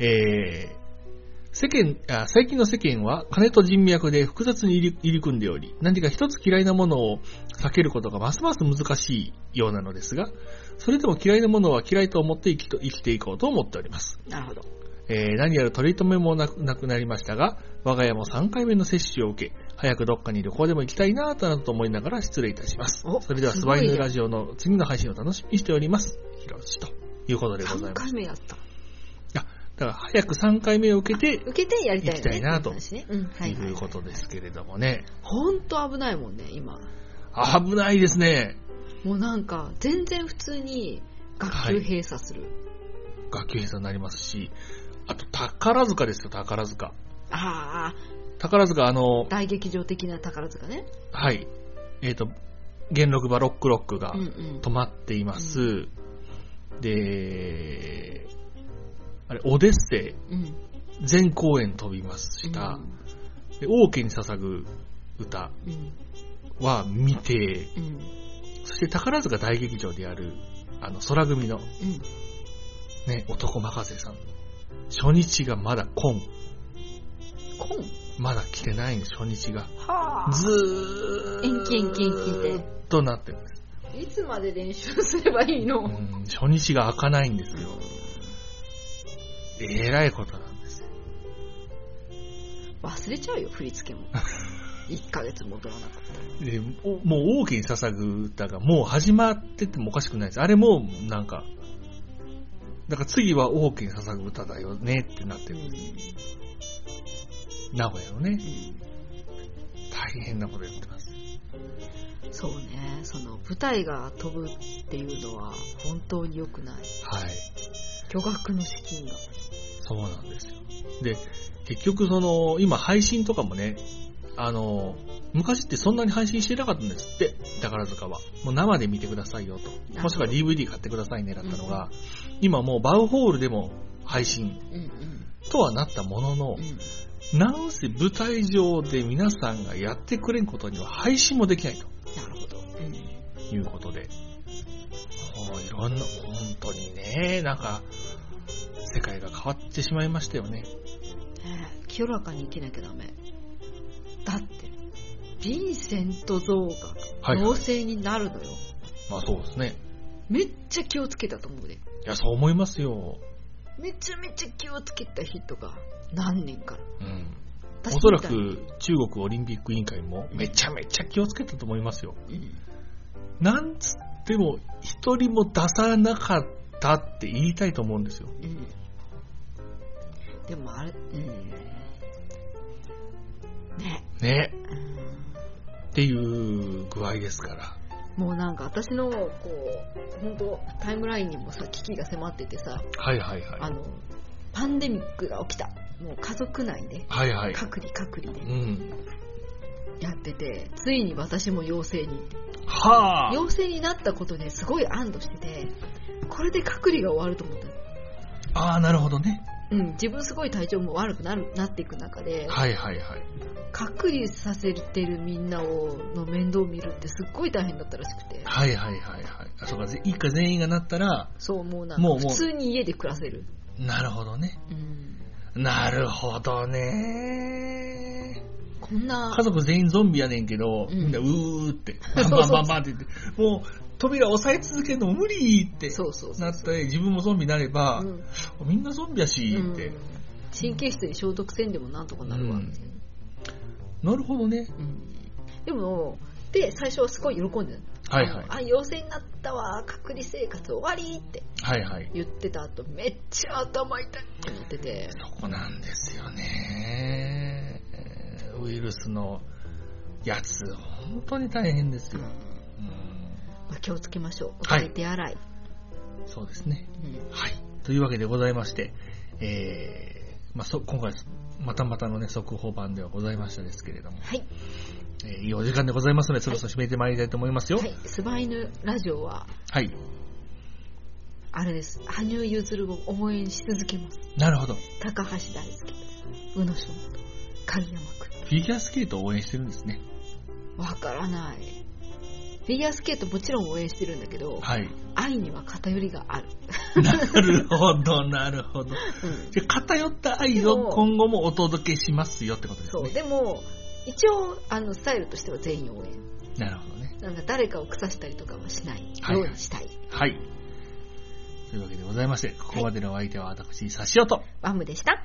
[SPEAKER 3] 最近の世間は金と人脈で複雑に入り組んでおり、何か一つ嫌いなものを避けることがますます難しいようなのですが、それでも嫌いなものは嫌いと思って生きていこうと思っております。
[SPEAKER 4] なるほど。
[SPEAKER 3] 何やら取り留めもなくなりましたが、我が家も3回目の接種を受け、早くどっかに旅行でも行きたいなぁと思いながら失礼いたします。それではスワイヌラジオの次の配信を楽しみにしております。ひろしということでございます。
[SPEAKER 4] 3回目やった。
[SPEAKER 3] だから早く3回目を受けて
[SPEAKER 4] やりたい、ね、
[SPEAKER 3] 行きたいなということですけれどもね。
[SPEAKER 4] ほんと危ないもんね、今。
[SPEAKER 3] 危ないですね。
[SPEAKER 4] もうなんか全然普通に学級閉鎖する。
[SPEAKER 3] 学級閉鎖になりますし、あと宝塚ですよ、宝塚。宝塚
[SPEAKER 4] 大劇場的な宝塚ね。
[SPEAKER 3] はい。元禄場ロックが止まっています。で、あれ、オデッセイ、全公演飛びました。で、王家に捧ぐ歌は見て、そして宝塚大劇場である、空組の、ね、男任せさん。初日がまだまだ来てないんです、初日が。ずーっとなってるんです。
[SPEAKER 4] いつまで練習すればいいの？
[SPEAKER 3] 初日が開かないんですよ。えらいことなんですよ。
[SPEAKER 4] 忘れちゃうよ、振り付けも。1ヶ月戻らなかった
[SPEAKER 3] でもう王家に捧ぐ歌がもう始まっててもおかしくないです。あれもなんか、だから次は王家に捧ぐ歌だよねってなってるんです。名古屋のね、大変なことやってます。
[SPEAKER 4] そうね、その舞台が飛ぶっていうのは本当に良くない。巨額の資金が。
[SPEAKER 3] そうなんですよ。で、結局今配信とかもね、昔ってそんなに配信してなかったんですって、宝塚は。もう生で見てくださいよと。もしくは DVD 買ってくださいねだったのが、今もうバウホールでも配信とはなったものの、なんせ舞台上で皆さんがやってくれんことには配信もできないと。
[SPEAKER 4] なるほど。
[SPEAKER 3] いうことで。いろんな、本当にね、なんか、世界が変わってしまいましたよね。
[SPEAKER 4] 清らかに生きなきゃダメ。だって、ヴィンセント像が陽性になるのよ。
[SPEAKER 3] まあそうですね。
[SPEAKER 4] めっちゃ気をつけたと思うで。い
[SPEAKER 3] や、そう思いますよ。
[SPEAKER 4] めちゃめちゃ気をつけた人が何人から。
[SPEAKER 3] おそらく中国オリンピック委員会もめちゃめちゃ気をつけたと思いますよ。なんつっても一人も出さなかったって言いたいと思うんですよ。
[SPEAKER 4] でもあれ、
[SPEAKER 3] ね、っていう具合ですから。
[SPEAKER 4] もうなんか私のこう本当タイムラインにもさ危機が迫っててさ、パンデミックが起きた。もう家族内で、隔離で、やってて、ついに私も陽性に。陽性になったことですごい安堵してて、これで隔離が終わると思った。
[SPEAKER 3] なるほどね。
[SPEAKER 4] 自分すごい体調も悪くなっていく中で、隔離させてるみんなの面倒を見るってすっごい大変だったらしくて。
[SPEAKER 3] そうか、一家全員がなったら、
[SPEAKER 4] そう、もうなんか普通に家で暮らせる。
[SPEAKER 3] なるほどね。なるほどね。
[SPEAKER 4] こんな
[SPEAKER 3] 家族全員ゾンビやねんけど、みんなうーってバンバンバンって言って、もう扉押さえ続けるの無理ってなって自分もゾンビになれば、みんなゾンビやしって、
[SPEAKER 4] 神経質に消毒せんでもなんとかなるわ、
[SPEAKER 3] なるほどね。
[SPEAKER 4] でもで最初はすごい喜んでる。
[SPEAKER 3] はいはい。
[SPEAKER 4] あ、陽性になったわ、隔離生活終わりって言ってた後、めっちゃ頭痛いってなってて。
[SPEAKER 3] そこなんですよね。ウイルスのやつ、本当に大変ですよ。
[SPEAKER 4] 気をつけましょう。お互い手洗い。
[SPEAKER 3] そうですね。はい。というわけでございまして、今回またのね速報版ではございましたですけれども、はい。いいお時間でございますので、そろそろ締めてまいりたいと思いますよ。
[SPEAKER 4] はい。スバイヌラジオは、はい。あれです。羽生結弦を応援し続けます。
[SPEAKER 3] なるほど。
[SPEAKER 4] 高橋大輔、宇野昌磨、鍵山くん。
[SPEAKER 3] フィギュアスケートを応援してるんですね。
[SPEAKER 4] わからない。フィギュアスケートもちろん応援してるんだけど、はい、愛には偏りがある。
[SPEAKER 3] なるほど、なるほど。じゃあ偏った愛を今後もお届けしますよってことですね。
[SPEAKER 4] そう、でも一応スタイルとしては全員応援。
[SPEAKER 3] なるほどね。
[SPEAKER 4] なんか誰かを腐したりとかはしないようにしたい。
[SPEAKER 3] はい。というわけでございまして、ここまでのお相手は私、サシオと
[SPEAKER 4] バムでした。